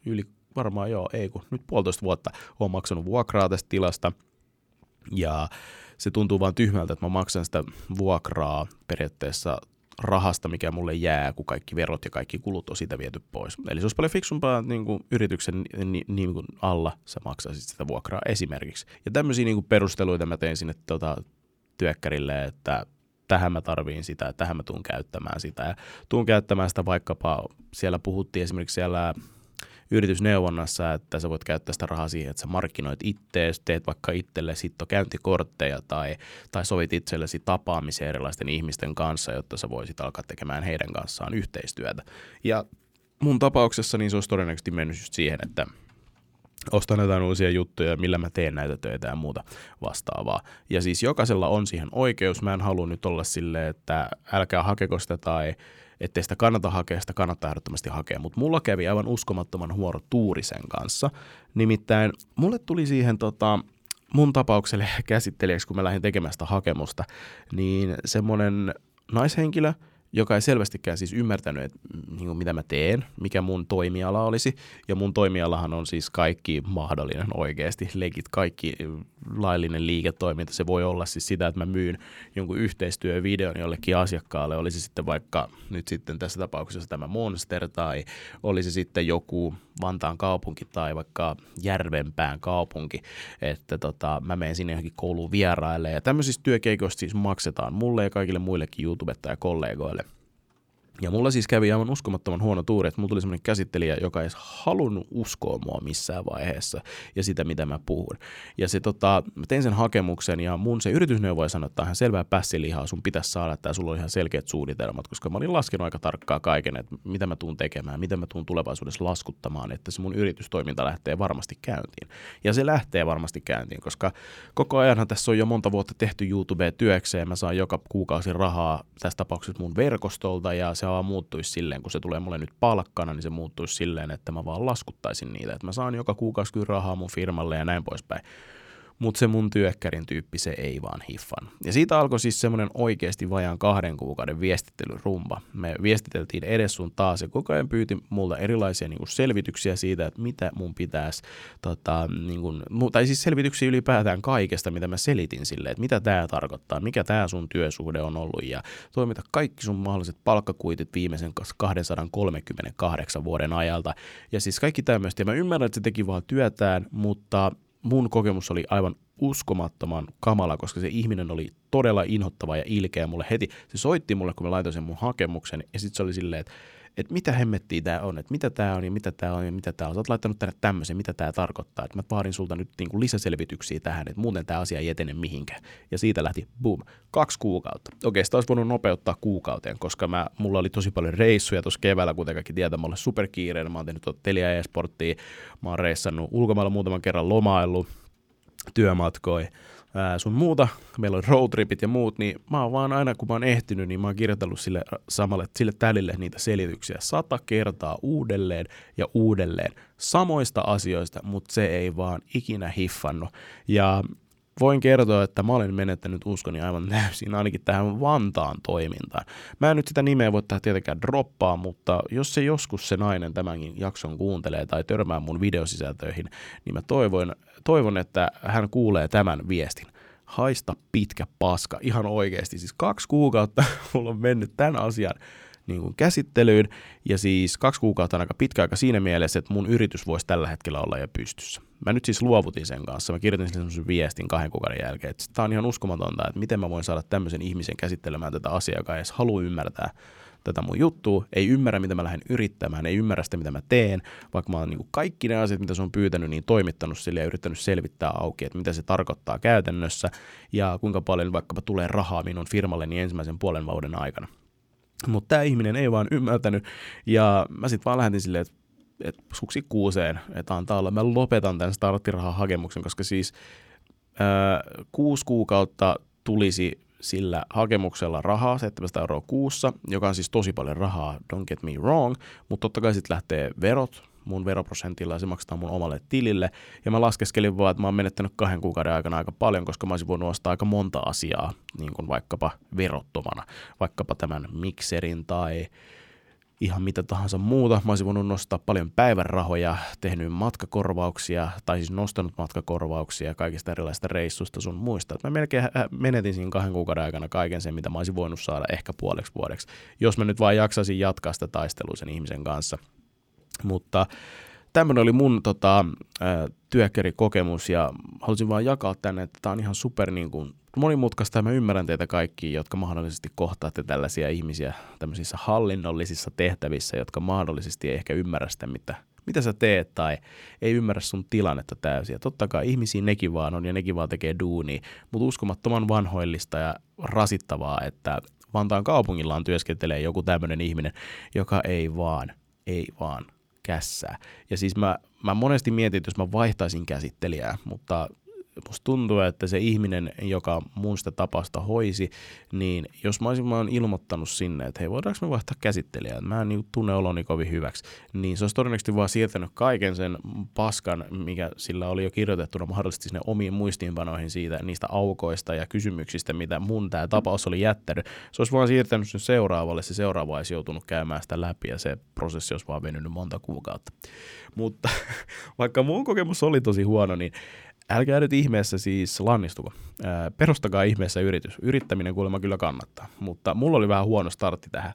nyt 1,5 vuotta oon maksanut vuokraa tästä tilasta. Ja se tuntuu vaan tyhmältä, että mä maksan sitä vuokraa periaatteessa rahasta, mikä mulle jää, kun kaikki verot ja kaikki kulut on siitä viety pois. Eli se olisi paljon fiksumpaa, että niin kuin yrityksen niin kuin alla sä maksaisit sitä vuokraa esimerkiksi. Ja tämmöisiä niin kuin perusteluita mä tein sinne työkkärille, että tähän mä tarviin sitä, tähän mä tuun käyttämään sitä. Ja tuun käyttämään sitä vaikkapa, siellä puhuttiin esimerkiksi siellä yritysneuvonnassa, että sä voit käyttää sitä rahaa siihen, että sä markkinoit ittees, teet vaikka itsellesi hittokäyntikortteja tai sovit itsellesi tapaamisia erilaisten ihmisten kanssa, jotta sä voisit alkaa tekemään heidän kanssaan yhteistyötä. Ja mun tapauksessa niin se olisi todennäköisesti mennyt just siihen, että ostan jotain uusia juttuja, millä mä teen näitä töitä ja muuta vastaavaa. Ja siis jokaisella on siihen oikeus. Mä en halua nyt olla silleen, että älkää hakeko sitä tai ettei sitä kannata hakea, sitä kannattaa ehdottomasti hakea. Mutta mulla kävi aivan uskomattoman huoro tuuri sen kanssa. Nimittäin mulle tuli siihen mun tapaukselle käsittelijäksi, kun mä lähdin tekemään sitä hakemusta, niin semmoinen naishenkilö, joka ei selvästikään siis ymmärtänyt, että niin mitä mä teen, mikä mun toimiala olisi. Ja mun toimialahan on siis kaikki mahdollinen oikeasti, legit kaikki laillinen liiketoiminta. Se voi olla siis sitä, että mä myyn jonkun yhteistyövideon jollekin asiakkaalle, olisi sitten vaikka nyt sitten tässä tapauksessa tämä Monster tai olisi sitten joku Vantaan kaupunki tai vaikka Järvenpään kaupunki, että mä menen sinne johonkin kouluun vieraille ja tämmöisistä työkeikoista siis maksetaan mulle ja kaikille muillekin YouTubettajakollegoille. Ja mulla siis kävi aivan uskomattoman huono tuuri, että mulla tuli semmoinen käsittelijä, joka ei edes halunnut uskoa mua missään vaiheessa ja sitä, mitä mä puhun. Ja se mä tein sen hakemuksen ja mun se yritysneuvoja sanoi, että on ihan selvää pässilihaa, sun pitäisi saada, että sulla on ihan selkeät suunnitelmat, koska mä olin laskenut aika tarkkaa kaiken, että mitä mä tuun tekemään, mitä mä tuun tulevaisuudessa laskuttamaan, että se mun yritystoiminta lähtee varmasti käyntiin. Ja se lähtee varmasti käyntiin, koska koko ajanhan tässä on jo monta vuotta tehty YouTubea työkseen, mä saan joka kuukausi rahaa tässä tapauksessa mun verkostolta ja se vaan muuttuisi silleen, kun se tulee mulle nyt palkkana, niin se muuttuisi silleen, että mä vaan laskuttaisin niitä, että mä saan joka kuukausi kyllä rahaa mun firmalle ja näin poispäin. Mutta se mun työkkärin tyyppi, se ei vaan hiffan. Ja siitä alkoi siis semmoinen oikeasti vajaan 2 kuukauden viestittelyrumba. Me viestiteltiin edes sun taas ja koko ajan pyyti multa erilaisia niin kuin selvityksiä siitä, että mitä mun pitäisi, tai siis selvityksiä ylipäätään kaikesta, mitä mä selitin silleen, että mitä tää tarkoittaa, mikä tää sun työsuhde on ollut ja toimita kaikki sun mahdolliset palkkakuitit viimeisen 238 vuoden ajalta. Ja siis kaikki tämmöistä. Ja mä ymmärrän, että se teki vaan työtään, mutta mun kokemus oli aivan uskomattoman kamala, koska se ihminen oli todella inhottava ja ilkeä mulle heti. Se soitti mulle, kun mä laitoin sen mun hakemuksen, ja sitten se oli silleen, että mitä hemmettiä tää on, että mitä tää on ja mitä tää on ja mitä tää on. Sä oot laittanut tänne tämmöisen, mitä tää tarkoittaa. Että mä vaadin sulta nyt niinku lisäselvityksiä tähän, että muuten tää asia ei etene mihinkään. Ja siitä lähti, boom, 2 kuukautta. Okei, sitä olisi voinut nopeuttaa kuukauteen, koska mulla oli tosi paljon reissuja tuossa keväällä, kuten kaikki tietää, mä olen superkiireinen, mä oon tehnyt Telia e-sporttia, mä oon reissannut ulkomailla muutaman kerran lomaillut, työmatkoja, sun muuta, meillä on roadtripit ja muut, niin mä oon vaan aina, kun mä oon ehtinyt, niin mä oon kirjoitellut sille tälille niitä selityksiä 100 kertaa uudelleen ja uudelleen samoista asioista, mutta se ei vaan ikinä hiffannut. Ja voin kertoa, että mä olen menettänyt uskoni aivan täysin, ainakin tähän Vantaan toimintaan. Mä en nyt sitä nimeä voi tähän tietenkään droppaa, mutta jos se joskus se nainen tämänkin jakson kuuntelee tai törmää mun videosisältöihin, niin mä toivon, että hän kuulee tämän viestin. Haista pitkä paska, ihan oikeasti. Siis 2 kuukautta mulla on mennyt tämän asian niin kuin käsittelyyn, ja siis 2 kuukautta on aika pitkä aika siinä mielessä, että mun yritys voisi tällä hetkellä olla jo pystyssä. Mä nyt siis luovutin sen kanssa, mä kirjoitin sille semmoisen viestin 2 kuukauden jälkeen, että tää on ihan uskomatonta, että miten mä voin saada tämmöisen ihmisen käsittelemään tätä asiaa, joka ei edes halua ymmärtää tätä mun juttua, ei ymmärrä, mitä mä lähden yrittämään, ei ymmärrä sitä, mitä mä teen, vaikka mä oon niin kuin kaikki ne asiat, mitä se on pyytänyt, niin toimittanut sille ja yrittänyt selvittää auki, että mitä se tarkoittaa käytännössä ja kuinka paljon vaikkapa tulee rahaa minun firmalleni ensimmäisen puolen vuoden aikana. Mutta tämä ihminen ei vaan ymmärtänyt, ja mä sitten vaan lähetin silleen, että suksi kuuseen, että antaa olla. Mä lopetan tämän starttiraha-hakemuksen, koska siis 6 kuukautta tulisi sillä hakemuksella rahaa, 700 € kuussa, joka on siis tosi paljon rahaa, don't get me wrong, mutta totta kai sitten lähtee verot mun veroprosentilla ja se maksetaan mun omalle tilille. Ja mä laskeskelin vaan, että mä oon menettänyt 2 kuukauden aikana aika paljon, koska mä olisin voinut ostaa aika monta asiaa, niin kuin vaikkapa verottomana, vaikkapa tämän mikserin tai ihan mitä tahansa muuta. Mä olisin voinut nostaa paljon päivärahoja, tehnyt matkakorvauksia, tai siis nostanut matkakorvauksia kaikista erilaisista reissusta sun muista. Mä melkein menetin siinä 2 kuukauden aikana kaiken sen, mitä mä olisin voinut saada ehkä puoleksi vuodeksi, jos mä nyt vaan jaksaisin jatkaa sitä taistelua sen ihmisen kanssa. Mutta tämmöinen oli mun työkkärikokemus ja halusin vaan jakaa tänne, että tää on ihan super niin kuin monimutkaista ja mä ymmärrän teitä kaikki, jotka mahdollisesti kohtaatte tällaisia ihmisiä tämmöisissä hallinnollisissa tehtävissä, jotka mahdollisesti ei ehkä ymmärrä sitä, mitä sä teet tai ei ymmärrä sun tilannetta täysin. Ja totta kai ihmisiä nekin vaan on ja nekin vaan tekee duunia, mutta uskomattoman vanhoillista ja rasittavaa, että Vantaan kaupungillahan työskentelee joku tämmöinen ihminen, joka ei vaan kässää. Ja siis mä monesti mietin, että jos mä vaihtaisin käsittelijää, mutta musta tuntuu, että se ihminen, joka mun sitä tapausta hoisi, niin jos mä olisin vaan ilmoittanut sinne, että hei, voidaanko me vaihtaa käsittelijää, mä en tunne oloni kovin hyväksi, niin se olisi todennäköisesti vaan siirtänyt kaiken sen paskan, mikä sillä oli jo kirjoitettuna mahdollisesti sinne omiin muistiinpanoihin siitä, niistä aukoista ja kysymyksistä, mitä mun tämä tapaus oli jättänyt. Se olisi vaan siirtänyt sen seuraavalle, se seuraava olisi joutunut käymään sitä läpi ja se prosessi olisi vaan venynyt monta kuukautta. Mutta vaikka mun kokemus oli tosi huono, niin älkää nyt ihmeessä siis lannistuko. Perustakaa ihmeessä yritys. Yrittäminen kuulemma kyllä kannattaa, mutta mulla oli vähän huono startti tähän.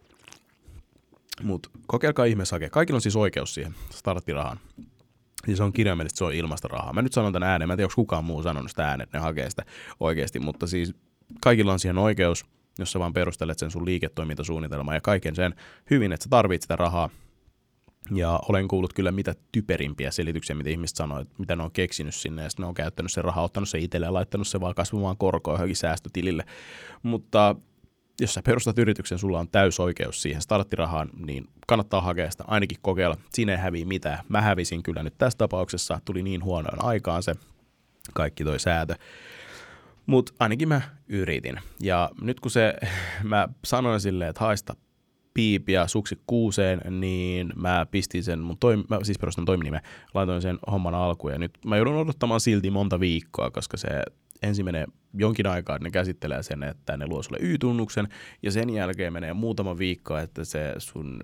Mutta kokeilkaa ihmeessä hakea. Kaikilla on siis oikeus siihen starttirahaan. Ja se on kirjaimellisesti, se on ilmaista rahaa. Mä nyt sanon tämän ääneen. Mä en tiedä, onko kukaan muu sanonut sitä ääneen, että ne hakee sitä oikeasti, mutta siis kaikilla on siihen oikeus. jos sä vaan perustelet sen sun liiketoimintasuunnitelman ja kaiken sen hyvin, että sä tarvitset sitä rahaa. Ja olen kuullut kyllä mitä typerimpiä selityksiä, mitä ihmiset sanoo, että mitä ne on keksinyt sinne, ja sitten ne on käyttänyt sen rahaa, ottanut se itselleen ja laittanut se vaan kasvamaan korkoa johonkin säästötilille. Mutta jos sä perustat yrityksen, sulla on täysoikeus siihen starttirahaan, niin kannattaa hakea sitä, ainakin kokeilla. Siinä ei häviä mitään. Mä hävisin kyllä nyt tässä tapauksessa, tuli niin huonoon aikaan se kaikki toi säätö. Mutta ainakin mä yritin. Ja nyt kun mä sanoin silleen, että haista piipiä suksi kuuseen, niin mä pistin sen mä siis perustan toiminimen, laitoin sen homman alkuun ja nyt mä joudun odottamaan silti monta viikkoa, koska se ensin menee jonkin aikaa, että ne käsittelee sen, että ne luo sulle Y-tunnuksen ja sen jälkeen menee muutama viikko, että se sun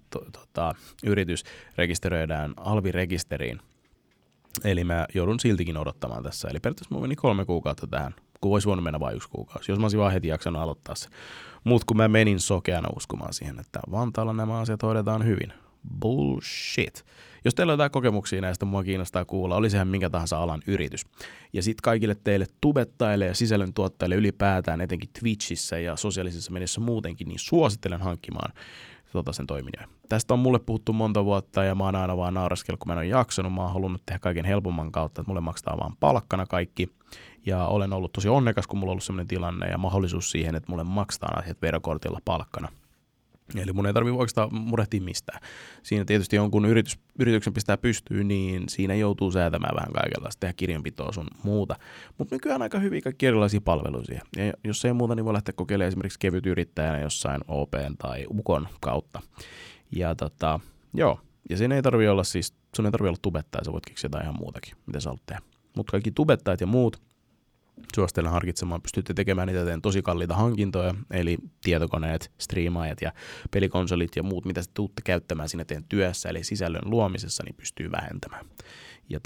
yritys rekisteröidään alvirekisteriin. Eli mä joudun siltikin odottamaan tässä. Eli periaatteessa mulla meni 3 kuukautta tähän, kun olisi voinut mennä vain 1 kuukausi, jos mä olisin vaan heti jaksanut aloittaa se. Mutta kun mä menin sokeana uskomaan siihen, että Vantaalla nämä asiat hoidetaan hyvin. Bullshit. Jos teillä on jotain kokemuksia näistä, mua kiinnostaa kuulla, oli sehän minkä tahansa alan yritys. Ja sitten kaikille teille tubettajille ja sisällöntuottajille ylipäätään, etenkin Twitchissä ja sosiaalisessa mediassa muutenkin, niin suosittelen hankkimaan sen toiminimen. Tästä on mulle puhuttu monta vuotta ja mä oon aina vaan nauraskellut, kun mä en ole jaksanut. Mä oon halunnut tehdä kaiken helpomman kautta, että mulle maksetaan vaan palkkana kaikki. Ja olen ollut tosi onnekas, kun mulla on ollut sellainen tilanne ja mahdollisuus siihen, että mulle maksetaan asiat verokortilla palkkana. Eli mun ei tarvitse oikeastaan murehtia mistään. Siinä tietysti jonkun yrityksen pistää pystyyn, niin siinä joutuu säätämään vähän kaikenlaista, tehdä kirjanpitoa sun muuta. Mutta nykyään aika hyvin kaikki erilaisia palveluja. Ja jos ei muuta, niin voi lähteä kokeilemaan esimerkiksi kevyt yrittäjänä jossain OPn tai UKon kautta. Ja joo, ja siinä ei tarvitse olla siis, sun ei tarvitse olla tubettaja, sä voit keksiä jotain ihan muutakin, mitä sä haluat tehdä. Mutta kaikki tubettajat ja muut, suosittelen harkitsemaan, pystytte tekemään niitä tosi kalliita hankintoja, eli tietokoneet, striimaajat ja pelikonsolit ja muut, mitä te tuutte käyttämään siinä teidän työssä, eli sisällön luomisessa, niin pystyy vähentämään. Ja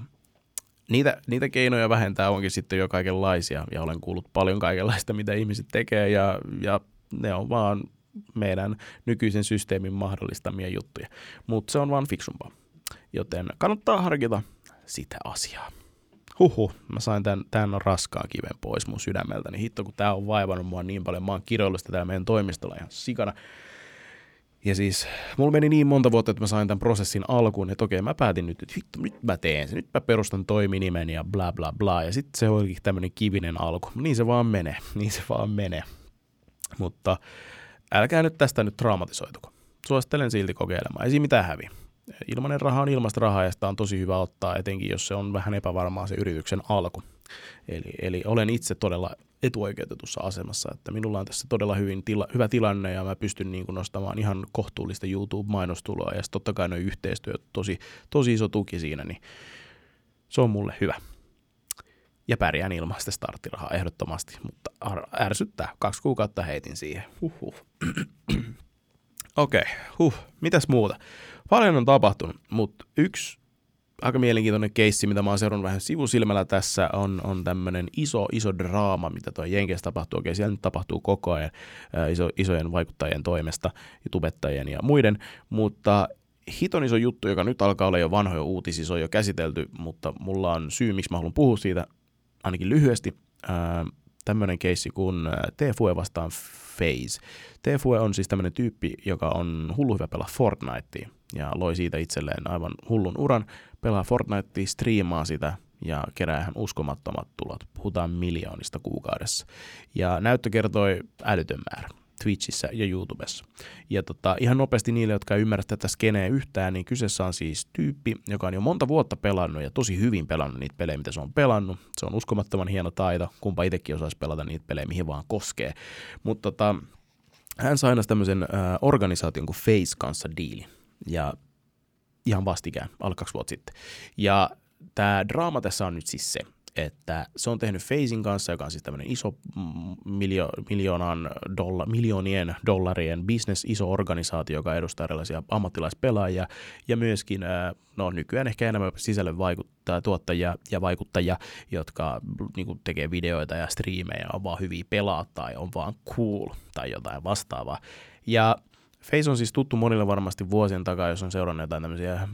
niitä keinoja vähentää onkin sitten jo kaikenlaisia, ja olen kuullut paljon kaikenlaista, mitä ihmiset tekee, ja ne on vaan meidän nykyisen systeemin mahdollistamia juttuja. Mutta se on vaan fiksumpaa, joten kannattaa harkita sitä asiaa. Mä sain tän on raskaan kiven pois mun sydämeltäni. Hitto, kun tää on vaivannut mua niin paljon. Mä oon kiroillut sitä täällä meidän toimistolla ihan sikana. Ja siis, mulla meni niin monta vuotta, että mä sain tämän prosessin alkuun, että okei, mä päätin nyt, että hitto, nyt mä teen sen. Nyt mä perustan toiminimen ja bla bla bla. Ja sitten se olikin tämmönen kivinen alku. Niin se vaan menee. Mutta älkää nyt tästä nyt traumatisoituko. Suosittelen silti kokeilemaan. Ei siinä mitään häviä. Ilmainen raha on ilmaista rahaa ja sitä on tosi hyvä ottaa, etenkin jos se on vähän epävarmaa se yrityksen alku. Eli olen itse todella etuoikeutetussa asemassa, että minulla on tässä todella hyvä tilanne ja mä pystyn niin kuin nostamaan ihan kohtuullista YouTube-mainostuloa ja sitten totta kai nuo yhteistyöt, tosi iso tuki siinä, niin se on mulle hyvä. Ja pärjään ilmaista starttirahaa ehdottomasti, mutta ärsyttää. 2 kuukautta heitin siihen. Okei, mitäs muuta? Paljon on tapahtunut, mutta yksi aika mielenkiintoinen keissi, mitä mä oon seurannut vähän sivusilmällä tässä, on tämmöinen iso draama, mitä toi Jenkeissä tapahtuu. Okei, siellä nyt tapahtuu koko ajan isojen vaikuttajien toimesta, tubettajien ja muiden, mutta hiton iso juttu, joka nyt alkaa olla jo vanhoja uutisia, se on jo käsitelty, mutta mulla on syy, miksi mä haluan puhua siitä ainakin lyhyesti. Tämmöinen keissi kuin Tfue vastaan FaZe. Tfue on siis tämmöinen tyyppi, joka on hullu hyvä pelaa Fortnitea ja loi siitä itselleen aivan hullun uran, pelaa Fortnitea, striimaa sitä ja kerää ihan uskomattomat tulot. Puhutaan miljoonista kuukaudessa. Ja näyttö kertoi älytön määrä Twitchissä ja YouTubessa. Ja ihan nopeasti niille, jotka ei ymmärrä tätä skeneä yhtään, niin kyseessä on siis tyyppi, joka on jo monta vuotta pelannut ja tosi hyvin pelannut niitä pelejä, mitä se on pelannut. Se on uskomattoman hieno taito, kumpa itsekin osaisi pelata niitä pelejä, mihin vaan koskee. Mutta hän sai aina tämmöisen organisaation kuin FaZe kanssa diilin. Ja ihan vastikään, alle 2 vuotta sitten. Ja tämä draama tässä on nyt siis se, että se on tehnyt FaZen kanssa, joka on siis tämmöinen iso miljoonien dollarien business, iso organisaatio, joka edustaa erilaisia ammattilaispelaajia ja myöskin nykyään ehkä enemmän sisällön tuottajia ja vaikuttajia, jotka niin tekee videoita ja striimejä, on vaan hyviä pelaa tai on vaan cool tai jotain vastaavaa. Ja FaZe on siis tuttu monille varmasti vuosien takaa, jos on seurannut jotain tämmöisiä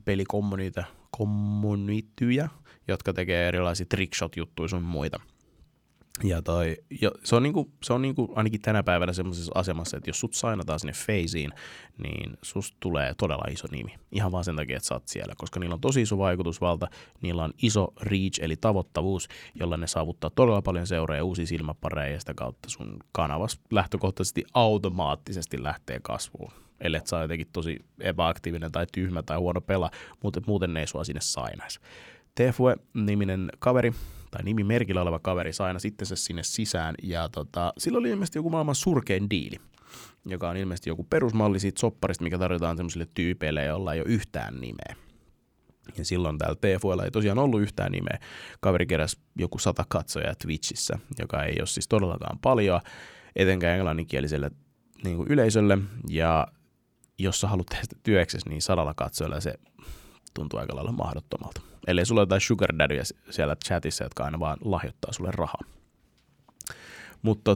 pelikommunityjä, jotka tekee erilaisia trickshot-juttuja sun muita. Se on niinku ainakin tänä päivänä semmoisessa asemassa, että jos sut sainataan sinne Faceen, niin susta tulee todella iso nimi. Ihan vaan sen takia, että sä oot siellä, koska niillä on tosi iso vaikutusvalta, niillä on iso reach eli tavoittavuus, jolla ne saavuttaa todella paljon seuraajia, uusia silmäpareja ja sitä kautta sun kanavas lähtökohtaisesti automaattisesti lähtee kasvuun. Ellei sä oot jotenkin tosi epäaktiivinen tai tyhmä tai huono pelaa, mutta muuten ne ei sua sinne sainaisi. Tefue-niminen kaveri, tai nimimerkillä oleva kaveri saina sitten se sinne sisään, ja sillä oli ilmeisesti joku maailman surkein diili, joka on ilmeisesti joku perusmalli siitä sopparista, mikä tarjotaan semmoisille tyypeille, joilla ei ole yhtään nimeä. Ja silloin täällä Tefuella ei tosiaan ollut yhtään nimeä. Kaveri keräsi joku 100 katsojaa Twitchissä, joka ei ole siis todellakaan paljon, etenkään englanninkieliselle niin kuin yleisölle, ja jos sä haluat tehdä sitä työksesi, niin 100 katsojalla se tuntuu aika lailla mahdottomalta. Ellei sulla ole jotain sugar daddyä siellä chatissa, jotka aina vaan lahjoittaa sulle rahaa. Mutta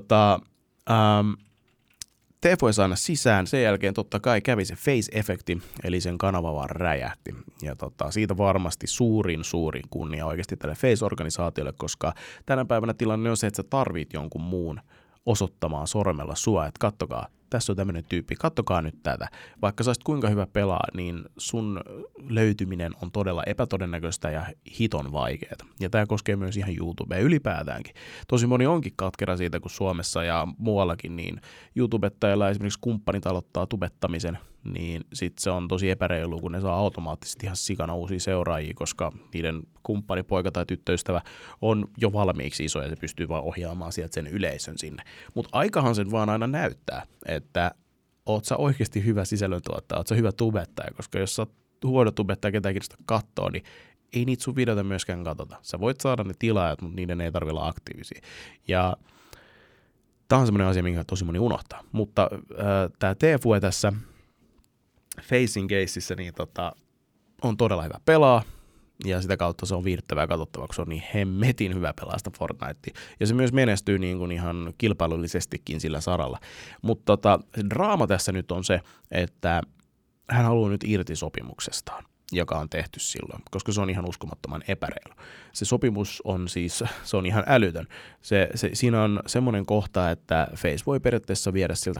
Tefue saa aina sisään, sen jälkeen totta kai kävi se face-efekti, eli sen kanava vaan räjähti. Ja siitä varmasti suurin kunnia oikeasti tälle face-organisaatiolle, koska tänä päivänä tilanne on se, että sä tarvit jonkun muun osoittamaan sormella sua, että kattokaa, tässä on tämmöinen tyyppi, kattokaa nyt tätä. Vaikka sä olisit kuinka hyvä pelaa, niin sun löytyminen on todella epätodennäköistä ja hiton vaikeaa. Ja tämä koskee myös ihan YouTubea ylipäätäänkin. Tosi moni onkin katkera siitä, kun Suomessa ja muuallakin, niin YouTubettajilla esimerkiksi kumppanit aloittaa tubettamisen, niin sit se on tosi epäreilu, kun ne saa automaattisesti ihan sikana uusia seuraajia, koska niiden kumppani, poika tai tyttöystävä on jo valmiiksi iso ja se pystyy vaan ohjaamaan sieltä sen yleisön sinne. Mutta aikahan sen vaan aina näyttää, että oot sä oikeasti hyvä sisällöntuottaja, oot sä hyvä tubettaja, koska jos sä oot huono tubettaja, ketään kiinnostaa kattoo, niin ei niitä sun videota myöskään katsota. Sä voit saada ne tilaajat, mutta niiden ei tarvitse olla aktiivisia. Ja tää on semmoinen asia, minkä tosi moni unohtaa. Mutta tää Tefue tässä Facing Caseissä niin on todella hyvä pelaa, ja sitä kautta se on viihdyttävää katsottavaa, kun se on niin hemmetin hyvä pelaa sitä Fortnitea. Ja se myös menestyy niin kuin ihan kilpailullisestikin sillä saralla. Mutta se draama tässä nyt on se, että hän haluaa nyt irti sopimuksestaan, joka on tehty silloin, koska se on ihan uskomattoman epäreilu. Se sopimus on siis, se on ihan älytön. Siinä on semmoinen kohta, että Face voi periaatteessa viedä siltä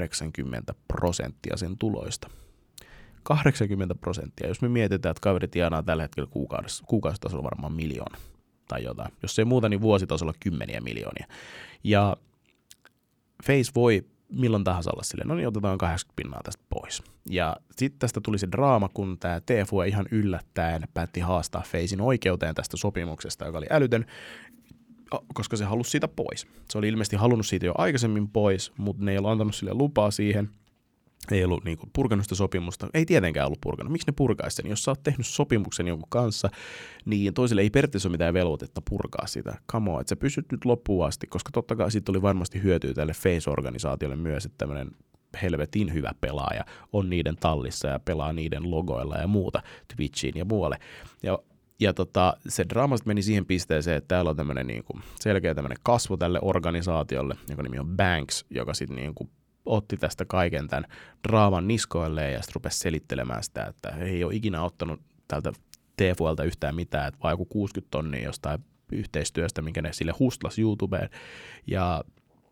80% sen tuloista. 80%. Jos me mietitään, että kaveri tienaa tällä hetkellä kuukausitasolla varmaan 1 miljoona tai jotain. Jos ei muuta, niin vuositasolla 10 miljoonia. Ja Face voi milloin tahansa olla silleen, no niin otetaan 80% tästä pois. Ja sitten tästä tuli se draama, kun tämä Tefue ihan yllättäen päätti haastaa Facein oikeuteen tästä sopimuksesta, joka oli älytön, koska se halusi siitä pois. Se oli ilmeisesti halunnut siitä jo aikaisemmin pois, mutta ne ei ollut antanut sille lupaa siihen. Ei ollut niinku purkanut sitä sopimusta. Ei tietenkään ollut purkanut. Miksi ne purkaisi sen? Jos sä oot tehnyt sopimuksen jonkun kanssa, niin toisille ei periaatteessa ole mitään velvoitetta purkaa sitä. Come on, että sä pysyt nyt loppuun asti, koska totta kai siitä oli varmasti hyötyä tälle Face-organisaatiolle myös, että tämmöinen helvetin hyvä pelaaja on niiden tallissa ja pelaa niiden logoilla ja muuta Twitchiin ja muualle. Ja se draama meni siihen pisteeseen, että täällä on tämmöinen niinku selkeä tämmöinen kasvu tälle organisaatiolle, jonka nimi on Banks, joka sitten niinku otti tästä kaiken tämän draaman niskoilleen ja sitten rupesi selittelemään sitä, että ei ole ikinä ottanut tältä Tefuelta yhtään mitään, että vaan joku 60 tonnia jostain yhteistyöstä, minkä ne sille hustlasi YouTubeen. Ja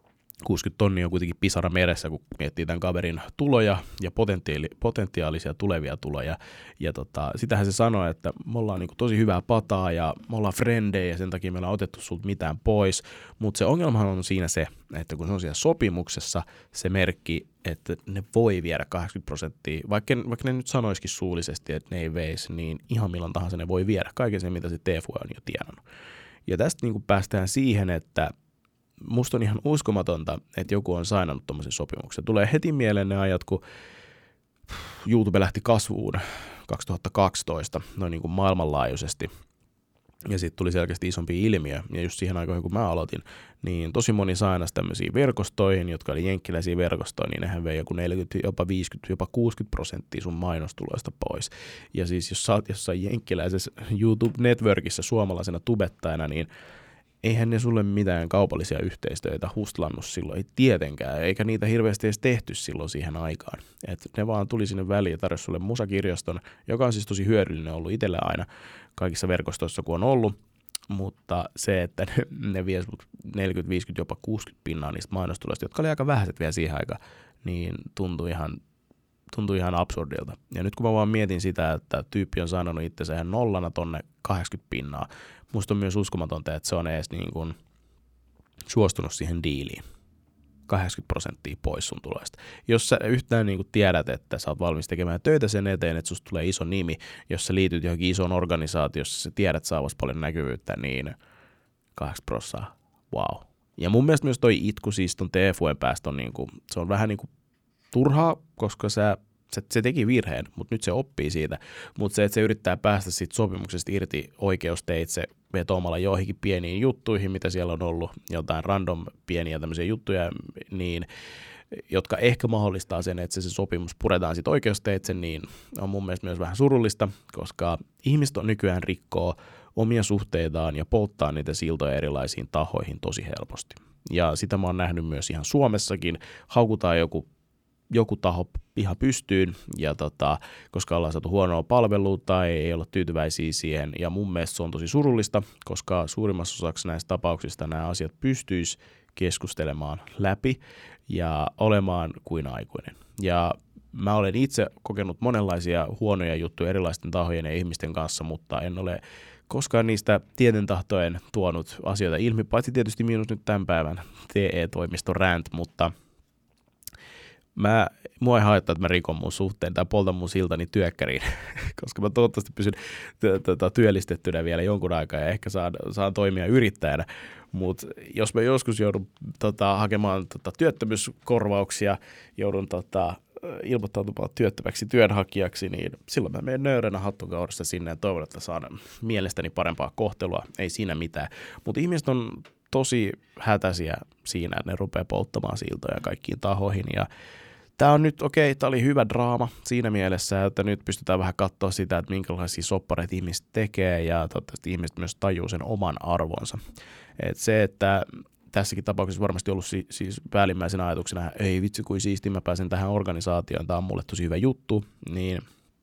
60 tonnia on kuitenkin pisara meressä, kun miettii tämän kaverin tuloja ja potentiaalisia tulevia tuloja. Ja sitähän se sanoi, että me ollaan niinku tosi hyvää pataa ja me ollaan frendejä ja sen takia meillä on otettu sulta mitään pois. Mutta se ongelmahan on siinä se, että kun se on siellä sopimuksessa se merkki, että ne voi viedä 80%, vaikka ne nyt sanoisikin suullisesti, että ne ei veisi, niin ihan milloin tahansa ne voi viedä kaiken sen, mitä se Tefue on jo tienannut. Ja tästä niinku päästään siihen, että musta on ihan uskomatonta, että joku on sainannut tommosen sopimuksen. Tulee heti mieleen ne ajat, kun YouTube lähti kasvuun 2012, noin niin kuin maailmanlaajuisesti. Ja sitten tuli selkeästi isompi ilmiö. Ja just siihen aikaan, kun mä aloitin, niin tosi moni sainasi tämmöisiin verkostoihin, jotka oli jenkkiläisiä verkostoja, niin nehän vei joku 40, jopa 50, jopa 60% sun mainostuloista pois. Ja siis jos sä oot jossain jenkkiläisessä YouTube-networkissa suomalaisena tubettajana, niin eihän ne sulle mitään kaupallisia yhteistyötä hustlannut silloin, ei tietenkään, eikä niitä hirveästi edes tehty silloin siihen aikaan. Et ne vaan tuli sinne väliin ja tarjosi sulle musakirjaston, joka on siis tosi hyödyllinen ollut itselle aina kaikissa verkostoissa, kun on ollut, mutta se, että ne vie 40, 50, jopa 60% niistä mainostuloista, jotka oli aika vähäiset vielä siihen aikaan, niin tuntui ihan absurdilta. Ja nyt kun mä vaan mietin sitä, että tyyppi on sanonut itsensä ihan nollana tonne 80%, musta on myös uskomatonta, että se on edes niin kuin suostunut siihen diiliin. 80% pois sun tuloista. Jos sä yhtään niin kuin tiedät, että sä oot valmis tekemään töitä sen eteen, että susta tulee iso nimi, jos sä liityt johonkin isoon organisaatioon, jossa sä tiedät saavasi paljon näkyvyyttä, niin 8%, wow. Ja mun mielestä myös toi itku siis ton TFUn päästä on, niin kuin, se on vähän niin kuin turhaa, koska se teki virheen, mutta nyt se oppii siitä. Mutta se, että se yrittää päästä siitä sopimuksesta irti oikeusteitse vetoamalla joihinkin pieniin juttuihin, mitä siellä on ollut, jotain random pieniä tämmöisiä juttuja, niin, jotka ehkä mahdollistaa sen, että se sopimus puretaan sitten oikeusteitse, niin on mun mielestä myös vähän surullista, koska ihmiset on nykyään rikkoo omia suhteitaan ja polttaa niitä siltoja erilaisiin tahoihin tosi helposti. Ja sitä mä oon nähnyt myös ihan Suomessakin, haukutaan joku taho ihan pystyyn, ja koska ollaan saatu huonoa palvelua tai ei olla tyytyväisiä siihen, ja mun mielestä se on tosi surullista, koska suurimmassa osaksi näistä tapauksista nämä asiat pystyisi keskustelemaan läpi ja olemaan kuin aikuinen. Ja mä olen itse kokenut monenlaisia huonoja juttuja erilaisten tahojen ja ihmisten kanssa, mutta en ole koskaan niistä tieten tahtoen tuonut asioita ilmi, paitsi tietysti miinus nyt tämän päivän TE-toimiston rant, mutta mua ei haittaa, että mä rikon mun suhteen tai poltan mun siltani työkkäriin, koska mä toivottavasti pysyn työllistettynä vielä jonkun aikaa ja ehkä saan toimia yrittäjänä, mutta jos mä joskus joudun hakemaan työttömyyskorvauksia, joudun ilmoittautumaan työttömäksi työnhakijaksi, niin silloin mä menen nöyränä hattukaudessa sinne ja toivon, että saan mielestäni parempaa kohtelua, ei siinä mitään, mutta ihmiset on tosi hätäisiä siinä, että ne rupeaa polttamaan siltoja kaikkiin tahoihin, ja tämä on nyt, tämä oli hyvä draama siinä mielessä, että nyt pystytään vähän katsoa sitä, että minkälaisia soppareita ihmiset tekee, ja toivottavasti ihmiset myös tajuu sen oman arvonsa. Et se, että tässäkin tapauksessa varmasti ollut siis päällimmäisenä ajatuksena, ei vitsi kuin siisti, mä pääsen tähän organisaatioon, tämä on mulle tosi hyvä juttu, niin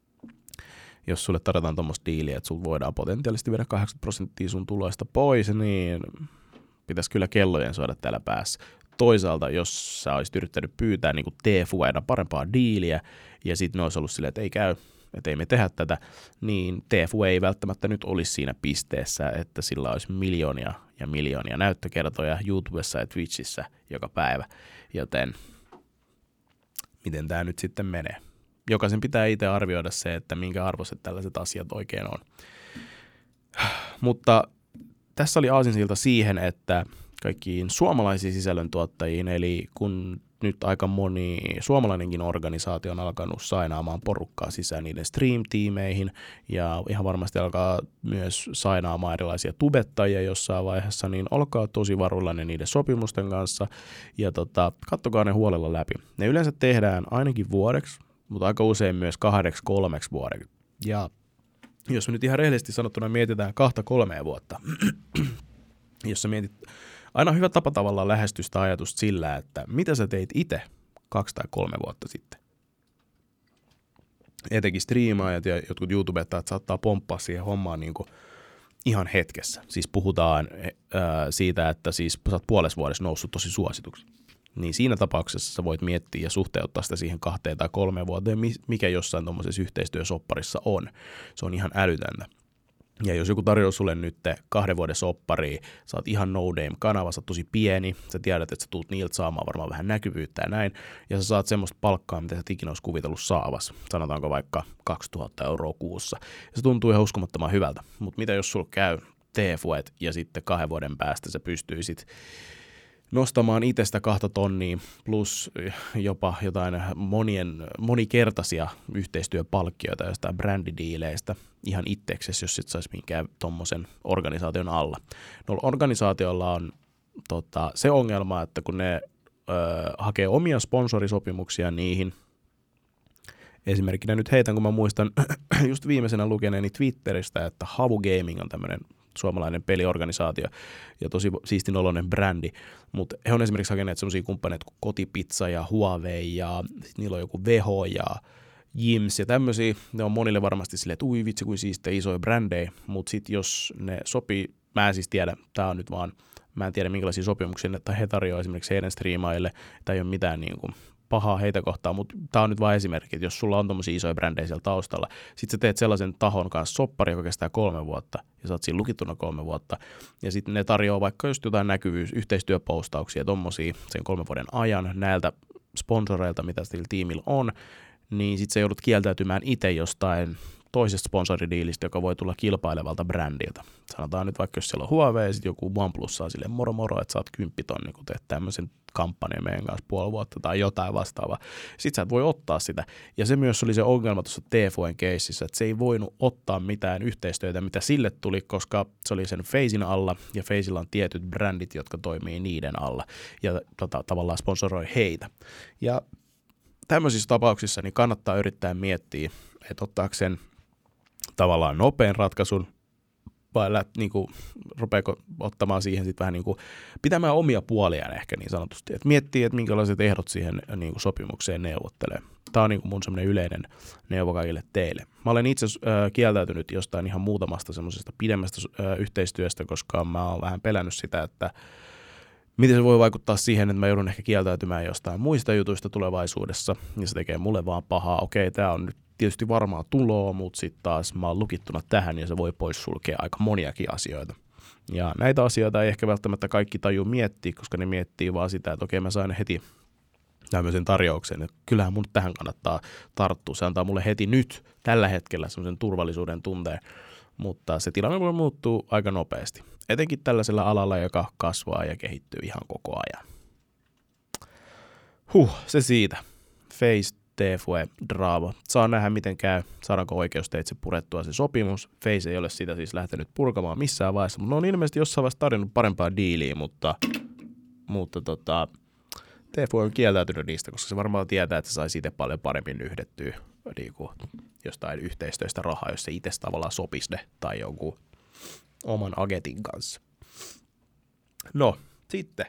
jos sulle tarjotaan tuommoista diiliä, että sulla voidaan potentiaalisesti viedä 80% sun tuloista pois, niin pitäisi kyllä kellojen soida täällä päässä. Toisaalta, jos sä olisit yrittänyt pyytää niin kuin TFU:na parempaa diiliä, ja sitten ne olisi ollut silleen, että ei käy, että ei me tehdä tätä, niin TFU ei välttämättä nyt olisi siinä pisteessä, että sillä olisi miljoonia ja miljoonia näyttökertoja YouTubessa ja Twitchissä joka päivä. Joten miten tämä nyt sitten menee? Jokaisen pitää itse arvioida se, että minkä arvoiset tällaiset asiat oikein on. Mutta tässä oli aasinsilta siihen, että kaikkiin suomalaisiin sisällöntuottajiin, eli kun nyt aika moni suomalainenkin organisaatio on alkanut sainaamaan porukkaa sisään niiden stream-tiimeihin, ja ihan varmasti alkaa myös sainaamaan erilaisia tubettajia jossain vaiheessa, niin olkaa tosi varuillanne niiden sopimusten kanssa, ja kattokaa ne huolella läpi. Ne yleensä tehdään ainakin vuodeksi, mutta aika usein myös 2-3 vuodeksi. Ja jos me nyt ihan rehellisesti sanottuna mietitään 2-3 vuotta, jos sä mietit, aina hyvä tapa tavallaan lähestyä sitä ajatusta sillä, että mitä sä teit itse 2 tai 3 vuotta sitten. Etenkin striimaajat ja jotkut YouTubettajat saattaa pomppaa siihen hommaan niin kuin ihan hetkessä. Siis puhutaan siitä, että siis sä oot puolessa vuodessa noussut tosi suosituksi. Niin siinä tapauksessa sä voit miettiä ja suhteuttaa sitä siihen 2 tai 3 vuoteen, mikä jossain tuommoisessa yhteistyösopparissa on. Se on ihan älytöntä. Ja jos joku tarjoaa sulle nyt 2 vuoden sopparia, sä oot ihan no name kanava, sä oot tosi pieni, sä tiedät, että sä tulet niiltä saamaan varmaan vähän näkyvyyttä ja näin, ja sä saat semmoista palkkaa, mitä sä ikinä olisi kuvitellut saavas, sanotaanko vaikka 2000 € kuussa, ja se tuntuu ihan uskomattoman hyvältä, mutta mitä jos sulla käy TFUet ja sitten 2 vuoden päästä sä pystyisit nostamaan itsestä 2 tonnia plus jopa jotain monikertaisia yhteistyöpalkkioita jostain brändidiileistä ihan itseksesi, jos sit saisi minkään tommosen organisaation alla. No organisaatioilla on se ongelma, että kun ne hakee omia sponsorisopimuksia niihin, esimerkkinä nyt heitän, kun mä muistan just viimeisenä lukeneeni Twitteristä, että Havu Gaming on tämmöinen suomalainen peliorganisaatio ja tosi siistin oloinen brändi, mutta he on esimerkiksi hakeneet semmoisia kumppaneita kuin Kotipizza ja Huawei ja niillä on joku Veho ja Jims ja tämmöisiä. Ne on monille varmasti silleen, että ui vitsi kuin siistejä isoja brändejä, mutta sitten jos ne sopii mä en siis tiedä, tää on nyt vaan, mä en tiedä minkälaisia sopimuksia he tarjoaa esimerkiksi heidän striimaille, tai ei ole mitään niin kuin pahaa heitä kohtaan, mutta tää on nyt vain esimerkki, että jos sulla on tommosia isoja brändejä siellä taustalla, sit sä teet sellaisen tahon kanssa soppari, joka kestää 3 vuotta, ja sä oot siinä lukittuna 3 vuotta, ja sitten ne tarjoaa vaikka just jotain yhteistyöpostauksia, tommosia sen 3 vuoden ajan näiltä sponsoreilta, mitä sillä tiimillä on, niin sit sä joudut kieltäytymään itse jostain toisesta sponsoridiilistä, joka voi tulla kilpailevalta brändiltä. Sanotaan nyt vaikka, jos siellä on Huawei ja sitten joku OnePlus saa silleen moro, että saat 10 000, kun teet tämmöisen kampanjan meidän kanssa 5 vuotta tai jotain vastaavaa. Sitten sä et voi ottaa sitä. Ja se myös oli se ongelma tuossa TFUen keississä, että se ei voinut ottaa mitään yhteistyötä, mitä sille tuli, koska se oli sen Facein alla ja Faceilla on tietyt brändit, jotka toimii niiden alla ja tavallaan sponsoroi heitä. Ja tämmöisissä tapauksissa niin kannattaa yrittää miettiä, että ottaako sen tavallaan nopean ratkaisun, vai niinku, rupeako ottamaan siihen sitten vähän niinku, pitämään omia puoliaan ehkä niin sanotusti. Et miettii, että minkälaiset ehdot siihen niinku sopimukseen neuvottelee. Tämä on niinku mun semmoinen yleinen neuvo kaikille teille. Mä olen itse kieltäytynyt jostain ihan muutamasta semmoisesta pidemmästä yhteistyöstä, koska mä oon vähän pelännyt sitä, että miten se voi vaikuttaa siihen, että mä joudun ehkä kieltäytymään jostain muista jutuista tulevaisuudessa, ja se tekee mulle vaan pahaa. Okei, tää on nyt tietysti varmaa tuloa, mutta sitten taas mä oon lukittuna tähän, ja se voi poissulkea aika moniakin asioita. Ja näitä asioita ei ehkä välttämättä kaikki taju miettiä, koska ne miettii vaan sitä, että okei, mä sain heti tämmöisen tarjouksen, että kyllähän mun tähän kannattaa tarttua. Se antaa mulle heti nyt, tällä hetkellä, semmoisen turvallisuuden tunteen, mutta se tilanne voi muuttua aika nopeasti. Etenkin tällaisella alalla, joka kasvaa ja kehittyy ihan koko ajan. Se siitä. Face TFUE draama. Saa nähdä, miten käy. Saadaanko oikeusteitse purettua se sopimus. Face ei ole sitä siis lähtenyt purkamaan missään vaiheessa, mutta ne on ilmeisesti jossain vaiheessa tarjonnut parempaa diiliä, mutta TFUE on kieltäytynyt niistä, koska se varmaan tietää, että se saisi itse paljon paremmin yhdettyä niin kuin jostain yhteistyöstä rahaa, jos se itse tavallaan sopisi ne tai jonkun oman agentin kanssa. No, sitten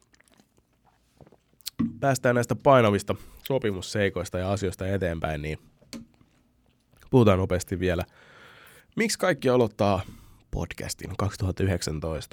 päästään näistä painavista sopimusseikoista ja asioista eteenpäin, niin puhutaan nopeasti vielä. Miksi kaikki aloittaa podcastin 2019?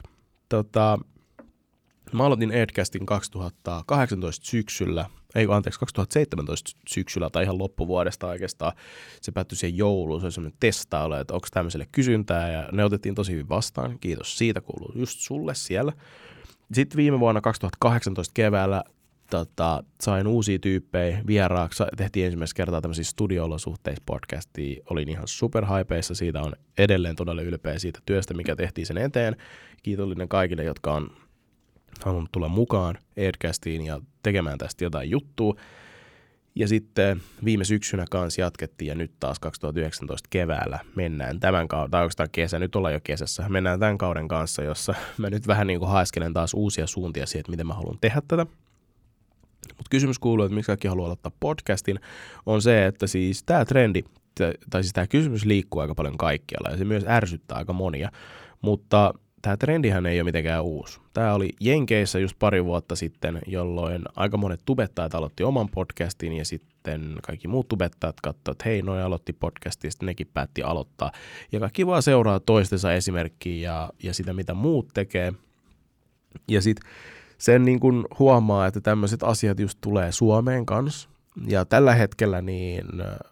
Mä aloitin Edcastin 2018 syksyllä, 2017 syksyllä tai ihan loppuvuodesta oikeastaan. Se päättyi siihen jouluun, se oli semmoinen testailu, että onko tämmöiselle kysyntää, ja ne otettiin tosi hyvin vastaan. Kiitos siitä, kuuluu just sulle siellä. Sitten viime vuonna 2018 keväällä sain uusia tyyppejä vieraaksi. Tehtiin ensimmäistä kertaa tämmöisiä studio-olosuhteissa podcastia. Olin ihan superhypeissa. Siitä on edelleen todella ylpeä siitä työstä, mikä tehtiin sen eteen. Kiitollinen kaikille, jotka on halunnut tulla mukaan Edcastiin ja tekemään tästä jotain juttua. Ja sitten viime syksynä kanssa jatkettiin ja nyt taas 2019 keväällä mennään tämän kauden, tai oikeastaan kesä, nyt ollaan jo kesässä, mennään tämän kauden kanssa, jossa mä nyt vähän niin kuin haiskelen taas uusia suuntia siihen, että miten mä haluan tehdä tätä. Mutta kysymys kuuluu, että miksi kaikki haluaa aloittaa podcastin, on se, että siis tämä trendi, tai siis tämä kysymys liikkuu aika paljon kaikkialla ja se myös ärsyttää aika monia, mutta tämä trendihän ei ole mitenkään uusi. Tämä oli Jenkeissä just pari vuotta sitten, jolloin aika monet tubettajat aloitti oman podcastin ja sitten kaikki muut tubettajat katsoivat, että hei, noi aloitti podcastin ja sitten nekin päätti aloittaa. Ja kaikki vaan seuraa toistensa esimerkkiä ja sitä, mitä muut tekee. Ja sitten sen niin kuin huomaa, että tämmöiset asiat just tulee Suomeen kanssa. Ja tällä hetkellä niin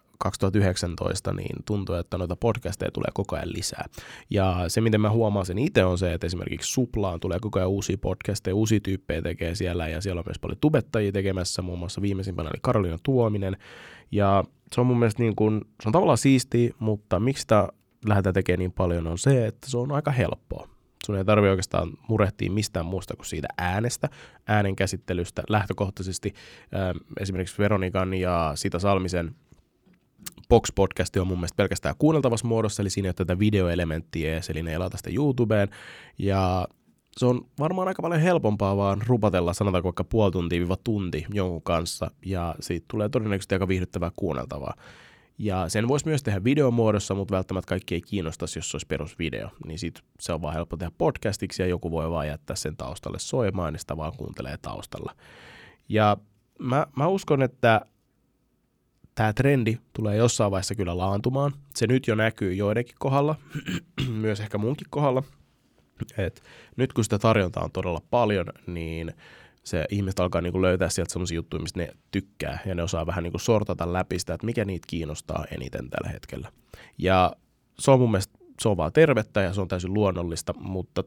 2019 niin tuntuu, että noita podcasteja tulee koko ajan lisää. Ja se, miten mä huomaan sen itse, on se, että esimerkiksi Suplaan tulee koko ajan uusia podcasteja, uusia tyyppejä tekee siellä, ja siellä on myös paljon tubettajia tekemässä, muun muassa viimeisimpänä oli Karoliina Tuominen, ja se on mun mielestä niin kuin, se on tavallaan siistiä, mutta miksi sitä lähdetään tekemään niin paljon on se, että se on aika helppoa. Sun ei tarvitse oikeastaan murehtia mistään muusta kuin siitä äänestä, äänen käsittelystä lähtökohtaisesti. Esimerkiksi Veronikan ja Sita Salmisen Box-podcasti on mun mielestä pelkästään kuunneltavassa muodossa, eli siinä ei ole tätä videoelementtiä, eli ne ei laita sitä YouTubeen, ja se on varmaan aika paljon helpompaa vaan rupatella, sanotaanko vaikka puoli tuntia-tunti jonkun kanssa, ja siitä tulee todennäköisesti aika viihdyttävää kuunneltavaa. Ja sen voisi myös tehdä videomuodossa, mutta välttämättä kaikki ei kiinnostaisi, jos se olisi perusvideo, niin siitä se on vaan helppo tehdä podcastiksi, ja joku voi vaan jättää sen taustalle soimaan, niin sitä vaan kuuntelee taustalla. Ja mä uskon, että tämä trendi tulee jossain vaiheessa kyllä laantumaan. Se nyt jo näkyy joidenkin kohdalla, myös ehkä munkin kohdalla. Et nyt kun sitä tarjontaa on todella paljon, niin se ihmiset alkaa niinku löytää sieltä sellaisia juttuja, mistä ne tykkää, ja ne osaa vähän niinku sortata läpi sitä, että mikä niitä kiinnostaa eniten tällä hetkellä. Ja se on mun mielestä, se on vaan tervettä ja se on täysin luonnollista, mutta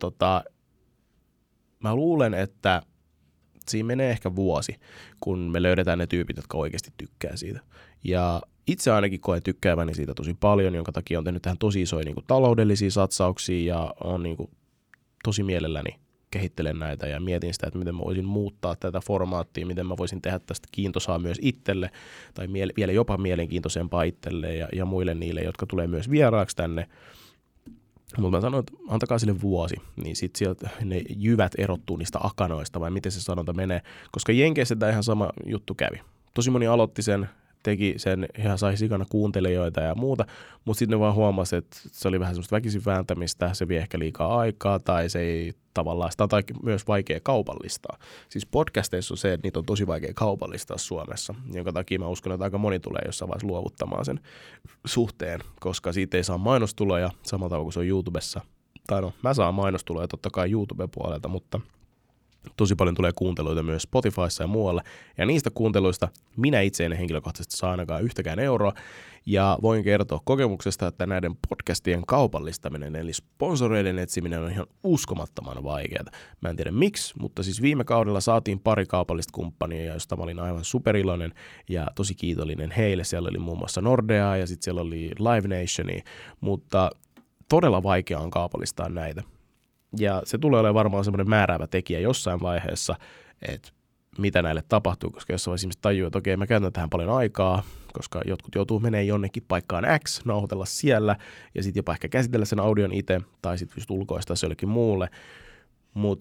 mä luulen, että siinä menee ehkä vuosi, kun me löydetään ne tyypit, jotka oikeasti tykkää siitä. Ja itse ainakin koen tykkääväni siitä tosi paljon, jonka takia on tehnyt tähän tosi isoja niinku taloudellisia satsauksia ja on niinku tosi mielelläni kehittelen näitä ja mietin sitä, että miten mä voisin muuttaa tätä formaattia, miten mä voisin tehdä tästä kiintoisaa myös itselle tai vielä jopa mielenkiintoisempaa itselle ja muille niille, jotka tulee myös vieraaksi tänne. Mutta mä sanoin, että antakaa sille vuosi, niin sitten sieltä ne jyvät erottuu niistä akanoista, vai miten se sanonta menee. Koska Jenkeissä tämä ihan sama juttu kävi. Tosi moni aloitti sen, teki sen, ihan sai sikana kuuntelijoita ja muuta, mutta sitten ne vaan huomasi, että se oli vähän semmoista väkisin vääntämistä, se vie ehkä liikaa aikaa, tai se ei tavallaan, sitä on myös vaikea kaupallistaa. Siis podcasteissa on se, että niitä on tosi vaikea kaupallistaa Suomessa, jonka takia mä uskon, että aika moni tulee jossain vaiheessa luovuttamaan sen suhteen, koska siitä ei saa mainostuloja samalla tavalla kuin se on YouTubessa. Tai no, mä saan mainostuloja totta kai YouTube-puolelta, mutta tosi paljon tulee kuunteluita myös Spotifyssa ja muualla, ja niistä kuunteluista minä itse en henkilökohtaisesti saa ainakaan yhtäkään euroa, ja voin kertoa kokemuksesta, että näiden podcastien kaupallistaminen, eli sponsoreiden etsiminen on ihan uskomattoman vaikeaa. Mä en tiedä miksi, mutta siis viime kaudella saatiin pari kaupallista kumppania, joista mä olin aivan superiloinen ja tosi kiitollinen heille. Siellä oli muun muassa Nordea ja sitten siellä oli Live Nationia, mutta todella vaikea on kaupallistaa näitä. Ja se tulee olemaan varmaan semmoinen määräävä tekijä jossain vaiheessa, että mitä näille tapahtuu, koska jossain vaiheessa ihmiset tajuu, että okei, mä käytän tähän paljon aikaa, koska jotkut joutuu menemään jonnekin paikkaan X, nauhoitella siellä, ja sitten jopa ehkä käsitellä sen audion itse, tai sitten just ulkoistaa se jollekin muulle. Mutta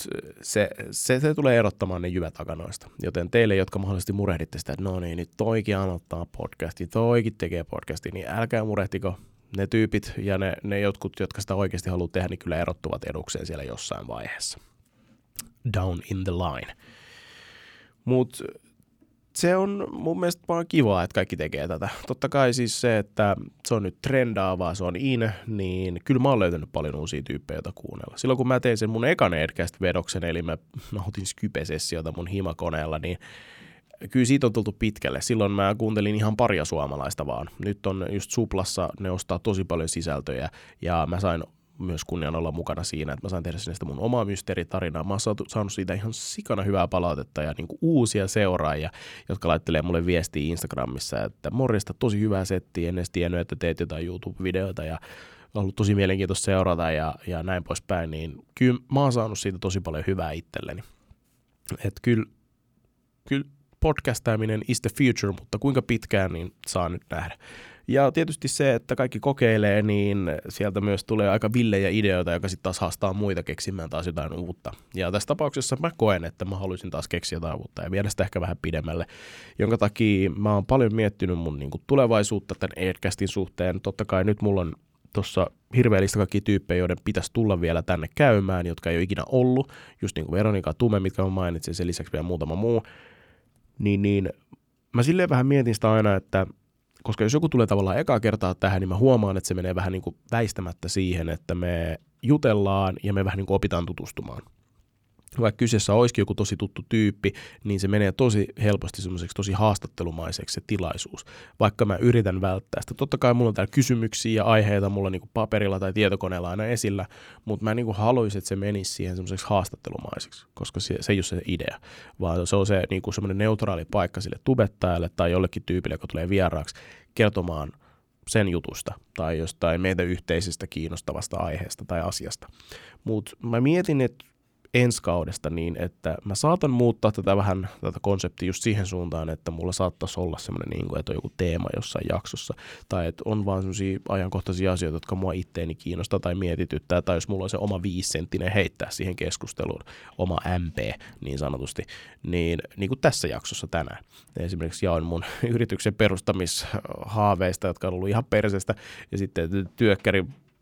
se tulee erottamaan ne jyvät akanoista. Joten teille, jotka mahdollisesti murehditte sitä, että no niin, nyt toikin aloittaa podcastia, toikin tekee podcastia, niin älkää murehtiko. Ne tyypit ja ne jotkut, jotka sitä oikeasti haluaa tehdä, niin kyllä erottuvat edukseen siellä jossain vaiheessa. Down in the line. Mutta se on mun mielestä vaan kivaa, että kaikki tekee tätä. Totta kai siis se, että se on nyt trendaavaa, se on in, niin kyllä mä oon löytänyt paljon uusia tyyppejä, joita kuunnella. Silloin kun mä tein sen mun ekan Nerdcast-vedoksen, eli mä nautin Skype-sessiota mun himakoneella, niin kyllä siitä on tultu pitkälle. Silloin mä kuuntelin ihan paria suomalaista vaan. Nyt on just Suplassa, ne ostaa tosi paljon sisältöjä ja mä sain myös kunnian olla mukana siinä, että mä sain tehdä sinne mun omaa mysteeritarinaa. Mä oon saanut siitä ihan sikana hyvää palautetta ja niinku uusia seuraajia, jotka laittelee mulle viestiä Instagramissa, että morjesta, tosi hyvää settiä, en edes tiennyt, että teet jotain YouTube-videoita ja on ollut tosi mielenkiintoista seurata ja näin poispäin, niin kyllä mä oon saanut siitä tosi paljon hyvää itselleni. Että kyllä podcastaaminen is the future, mutta kuinka pitkään, niin saa nyt nähdä. Ja tietysti se, että kaikki kokeilee, niin sieltä myös tulee aika villejä ideoita, joka sitten taas haastaa muita keksimään taas jotain uutta. Ja tässä tapauksessa mä koen, että mä haluaisin taas keksiä jotain uutta ja viedä sitä ehkä vähän pidemmälle, jonka takia mä oon paljon miettinyt mun niin kuin tulevaisuutta tämän Nerdcastin suhteen. Totta kai nyt mulla on tuossa hirveä lista kaikkia tyyppejä, joiden pitäisi tulla vielä tänne käymään, jotka ei ole ikinä ollut, just niin kuin Veronika Tume, mitkä mä mainitsin, sen lisäksi vielä muutama muu. Niin mä silleen vähän mietin sitä aina, että koska jos joku tulee tavallaan ekaa kertaa tähän, niin mä huomaan, että se menee vähän niin kuin väistämättä siihen, että me jutellaan ja me vähän niin kuin opitaan tutustumaan. Vaikka kyseessä olisikin joku tosi tuttu tyyppi, niin se menee tosi helposti semmoiseksi tosi haastattelumaiseksi se tilaisuus, vaikka mä yritän välttää sitä. Totta kai mulla on täällä kysymyksiä ja aiheita mulla niinku paperilla tai tietokoneella aina esillä, mutta mä niinku haluaisin, että se menisi siihen semmoiseksi haastattelumaiseksi, koska se ei ole se idea, vaan se on se niinku semmoinen neutraali paikka sille tubettajalle tai jollekin tyypille, joka tulee vieraaksi kertomaan sen jutusta tai jostain meitä yhteisestä kiinnostavasta aiheesta tai asiasta. Mutta mä mietin, että ensi kaudesta niin, että mä saatan muuttaa tätä konseptia just siihen suuntaan, että mulla saattaisi olla semmoinen, että on joku teema jossain jaksossa, tai että on vaan semmoisia ajankohtaisia asioita, jotka mua itteeni kiinnostaa tai mietityttää, tai jos mulla on se oma 5-senttinen heittää siihen keskusteluun, oma MP niin sanotusti, niin kuin tässä jaksossa tänään. Esimerkiksi jaoin mun yrityksen perustamishaaveista, jotka on ollut ihan perseestä, ja sitten työkkäri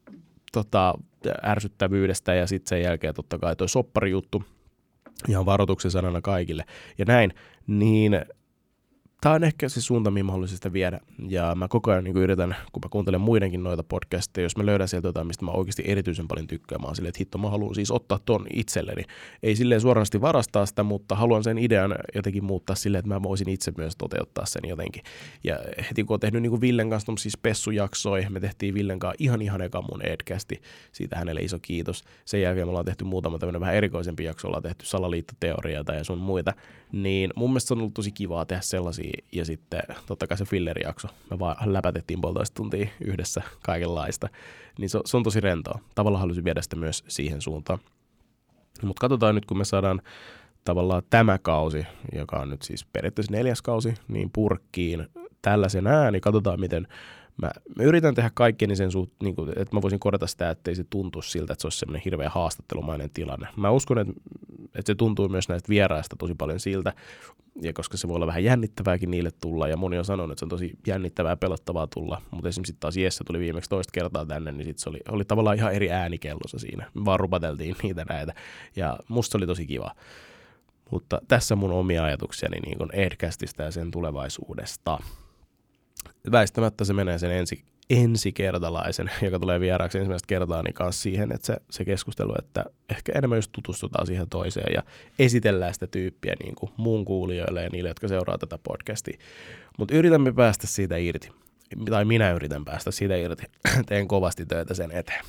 ärsyttävyydestä ja sitten sen jälkeen totta kai toi sopparijuttu ihan varoituksen sanana kaikille ja näin, niin Tämä on ehkä se suunta, mihin mä haluaisin sitä viedä. Ja mä koko ajan niin yritän, kun mä kuuntelen muidenkin noita podcasteja, jos mä löydän sieltä jotain, mistä mä oikeasti erityisen paljon tykkään. Mä oon silleen, että hitto, mä haluan siis ottaa ton itselleni. Ei silleen suorasti varastaa sitä, mutta haluan sen idean jotenkin muuttaa silleen, että mä voisin itse myös toteuttaa sen jotenkin. Ja heti kun oon tehnyt niin kuin Villen kanssa siis pessujaksoja, me tehtiin Villen kanssa ihan eka mun Edcasti. Siitä hänelle iso kiitos. Sen jälkeen me ollaan tehty muutama tämmöinen vähän erikoisempi jakso, ollaan tehty salaliittoteorioita ja sun muita. Niin mun mielestä se on ollut tosi kivaa tehdä sellaisia, ja sitten totta kai se fillerijakso. Me vaan läpätettiin 1,5 tuntia yhdessä kaikenlaista. Niin se on tosi rentoa. Tavallaan haluaisin viedä sitä myös siihen suuntaan. Mutta katsotaan nyt, kun me saadaan tavallaan tämä kausi, joka on nyt siis periaatteessa 4. kausi, niin purkkiin tällaisen niin katsotaan miten. Mä yritän tehdä kaikkeni sen niin kuin, että mä voisin korjata sitä, ettei se tuntuisi siltä, että se olisi semmoinen hirveä haastattelumainen tilanne. Mä uskon, että se tuntuu myös näistä vieraista tosi paljon siltä, ja koska se voi olla vähän jännittävääkin niille tulla, ja moni on sanonut, että se on tosi jännittävää ja pelottavaa tulla, mutta esimerkiksi taas Jesse tuli viimeksi 2 kertaa tänne, niin sit se oli tavallaan ihan eri äänikellossa siinä. Me vaan rupateltiin niitä näitä, ja musta oli tosi kiva. Mutta tässä mun omia ajatuksiani niin kuin Edcastista ja sen tulevaisuudesta. Väistämättä se menee sen ensikertalaisen, joka tulee vieraaksi ensimmäistä kertaa, niin kanssa siihen, että se keskustelu, että ehkä enemmän just tutustutaan siihen toiseen ja esitellään sitä tyyppiä niin kuin muun kuulijoille ja niille, jotka seuraa tätä podcastia. Mutta yritämme päästä siitä irti, tai minä yritän päästä siitä irti. Teen kovasti töitä sen eteen.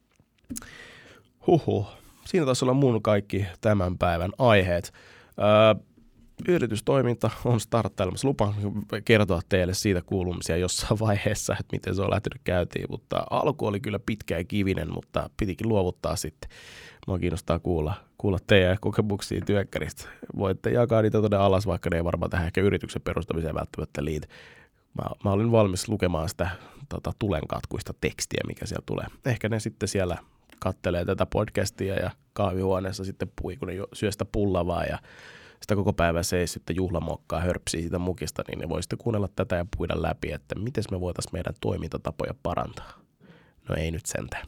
Siinä taisi olla mun kaikki tämän päivän aiheet. Yritystoiminta on starttailemassa. Lupaan kertoa teille siitä kuulumisia jossain vaiheessa, että miten se on lähtenyt käyntiin, mutta alku oli kyllä pitkä ja kivinen, mutta pitikin luovuttaa sitten. Mua kiinnostaa kuulla teidän kokemuksia työkkäristä. Voitte jakaa niitä tuonne alas, vaikka ne ei varmaan tähän ehkä yrityksen perustamiseen välttämättä liity. Mä olin valmis lukemaan sitä tulenkatkuista tekstiä, mikä siellä tulee. Ehkä ne sitten siellä kattelee tätä podcastia ja kahvihuoneessa sitten pui, kun ne syö sitä pullavaa ja sitä koko päivää seis sitten juhlamokkaa, hörpsii siitä mukista, niin ne voi sitten kuunnella tätä ja puida läpi, että miten me voitaisiin meidän toimintatapoja parantaa. No ei nyt sentään.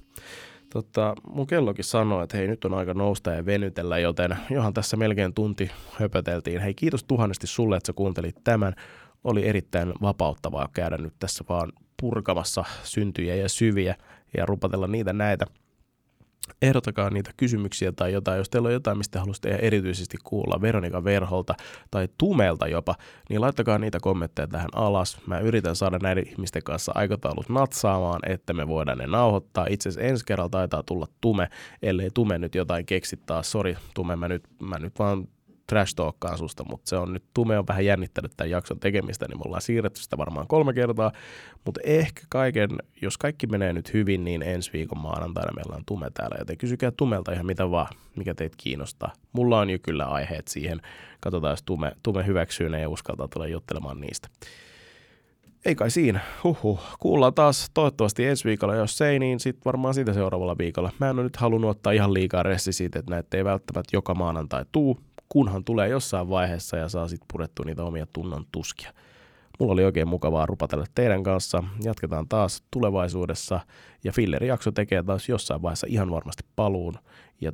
Mun kellokin sanoo, että hei, nyt on aika nousta ja venytellä, joten johan tässä melkein tunti höpöteltiin. Hei, kiitos tuhannesti sulle, että sä kuuntelit tämän. Oli erittäin vapauttavaa käydä nyt tässä vaan purkamassa syntyjä ja syviä ja rupatella niitä näitä. Ehdotakaa niitä kysymyksiä tai jotain, jos teillä on jotain, mistä haluaisitte erityisesti kuulla Veronika Verholta tai Tumelta jopa, niin laittakaa niitä kommentteja tähän alas. Mä yritän saada näiden ihmisten kanssa aikataulut natsaamaan, että me voidaan ne nauhoittaa. Itse asiassa ensi kerralla taitaa tulla Tume, ellei Tume nyt jotain keksi taas. Sori Tume, mä nyt vaan trash talkkaan susta, mutta se on nyt, Tume on vähän jännittänyt tämän jakson tekemistä, niin me ollaan siirretty sitä varmaan 3 kertaa, mutta ehkä jos kaikki menee nyt hyvin, niin ensi viikon maanantaina meillä on Tume täällä, joten kysykää Tumelta ihan mitä vaan, mikä teitä kiinnostaa. Mulla on jo kyllä aiheet siihen, katsotaan jos Tume hyväksyy ne ja uskaltaa tulla juttelemaan niistä. Ei kai siinä, kuullaan taas toivottavasti ensi viikolla, jos ei, niin sitten varmaan siitä seuraavalla viikolla. Mä en ole nyt halunnut ottaa ihan liikaa ressi siitä, että näitä ei välttämättä joka maanantai tuu, kunhan tulee jossain vaiheessa ja saa sitten purettua niitä omia tunnon tuskia. Mulla oli oikein mukavaa rupatella teidän kanssa. Jatketaan taas tulevaisuudessa ja fillerijakso tekee taas jossain vaiheessa ihan varmasti paluun. Ja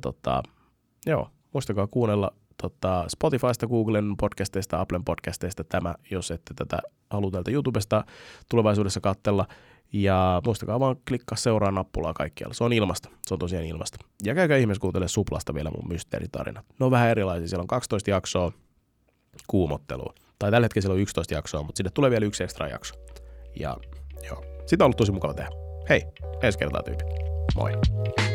muistakaa kuunnella Spotifysta, Googlen podcasteista, Applen podcasteista tämä, jos ette tätä halua täältä YouTubesta tulevaisuudessa katsella. Ja muistakaa vaan klikkaa seuraa nappulaa kaikkialla. Se on ilmasta. Se on tosiaan ilmasta. Ja käykää ihmeessä kuuntelemaan Suplasta vielä mun mysteeritarinat. Ne on vähän erilaisia. Siellä on 12 jaksoa kuumottelua. Tai tällä hetkellä siellä on 11 jaksoa, mutta sinne tulee vielä 1 ekstra jakso. Ja sitä on ollut tosi mukava tehdä. Hei, ensi kertaa tyypit. Moi.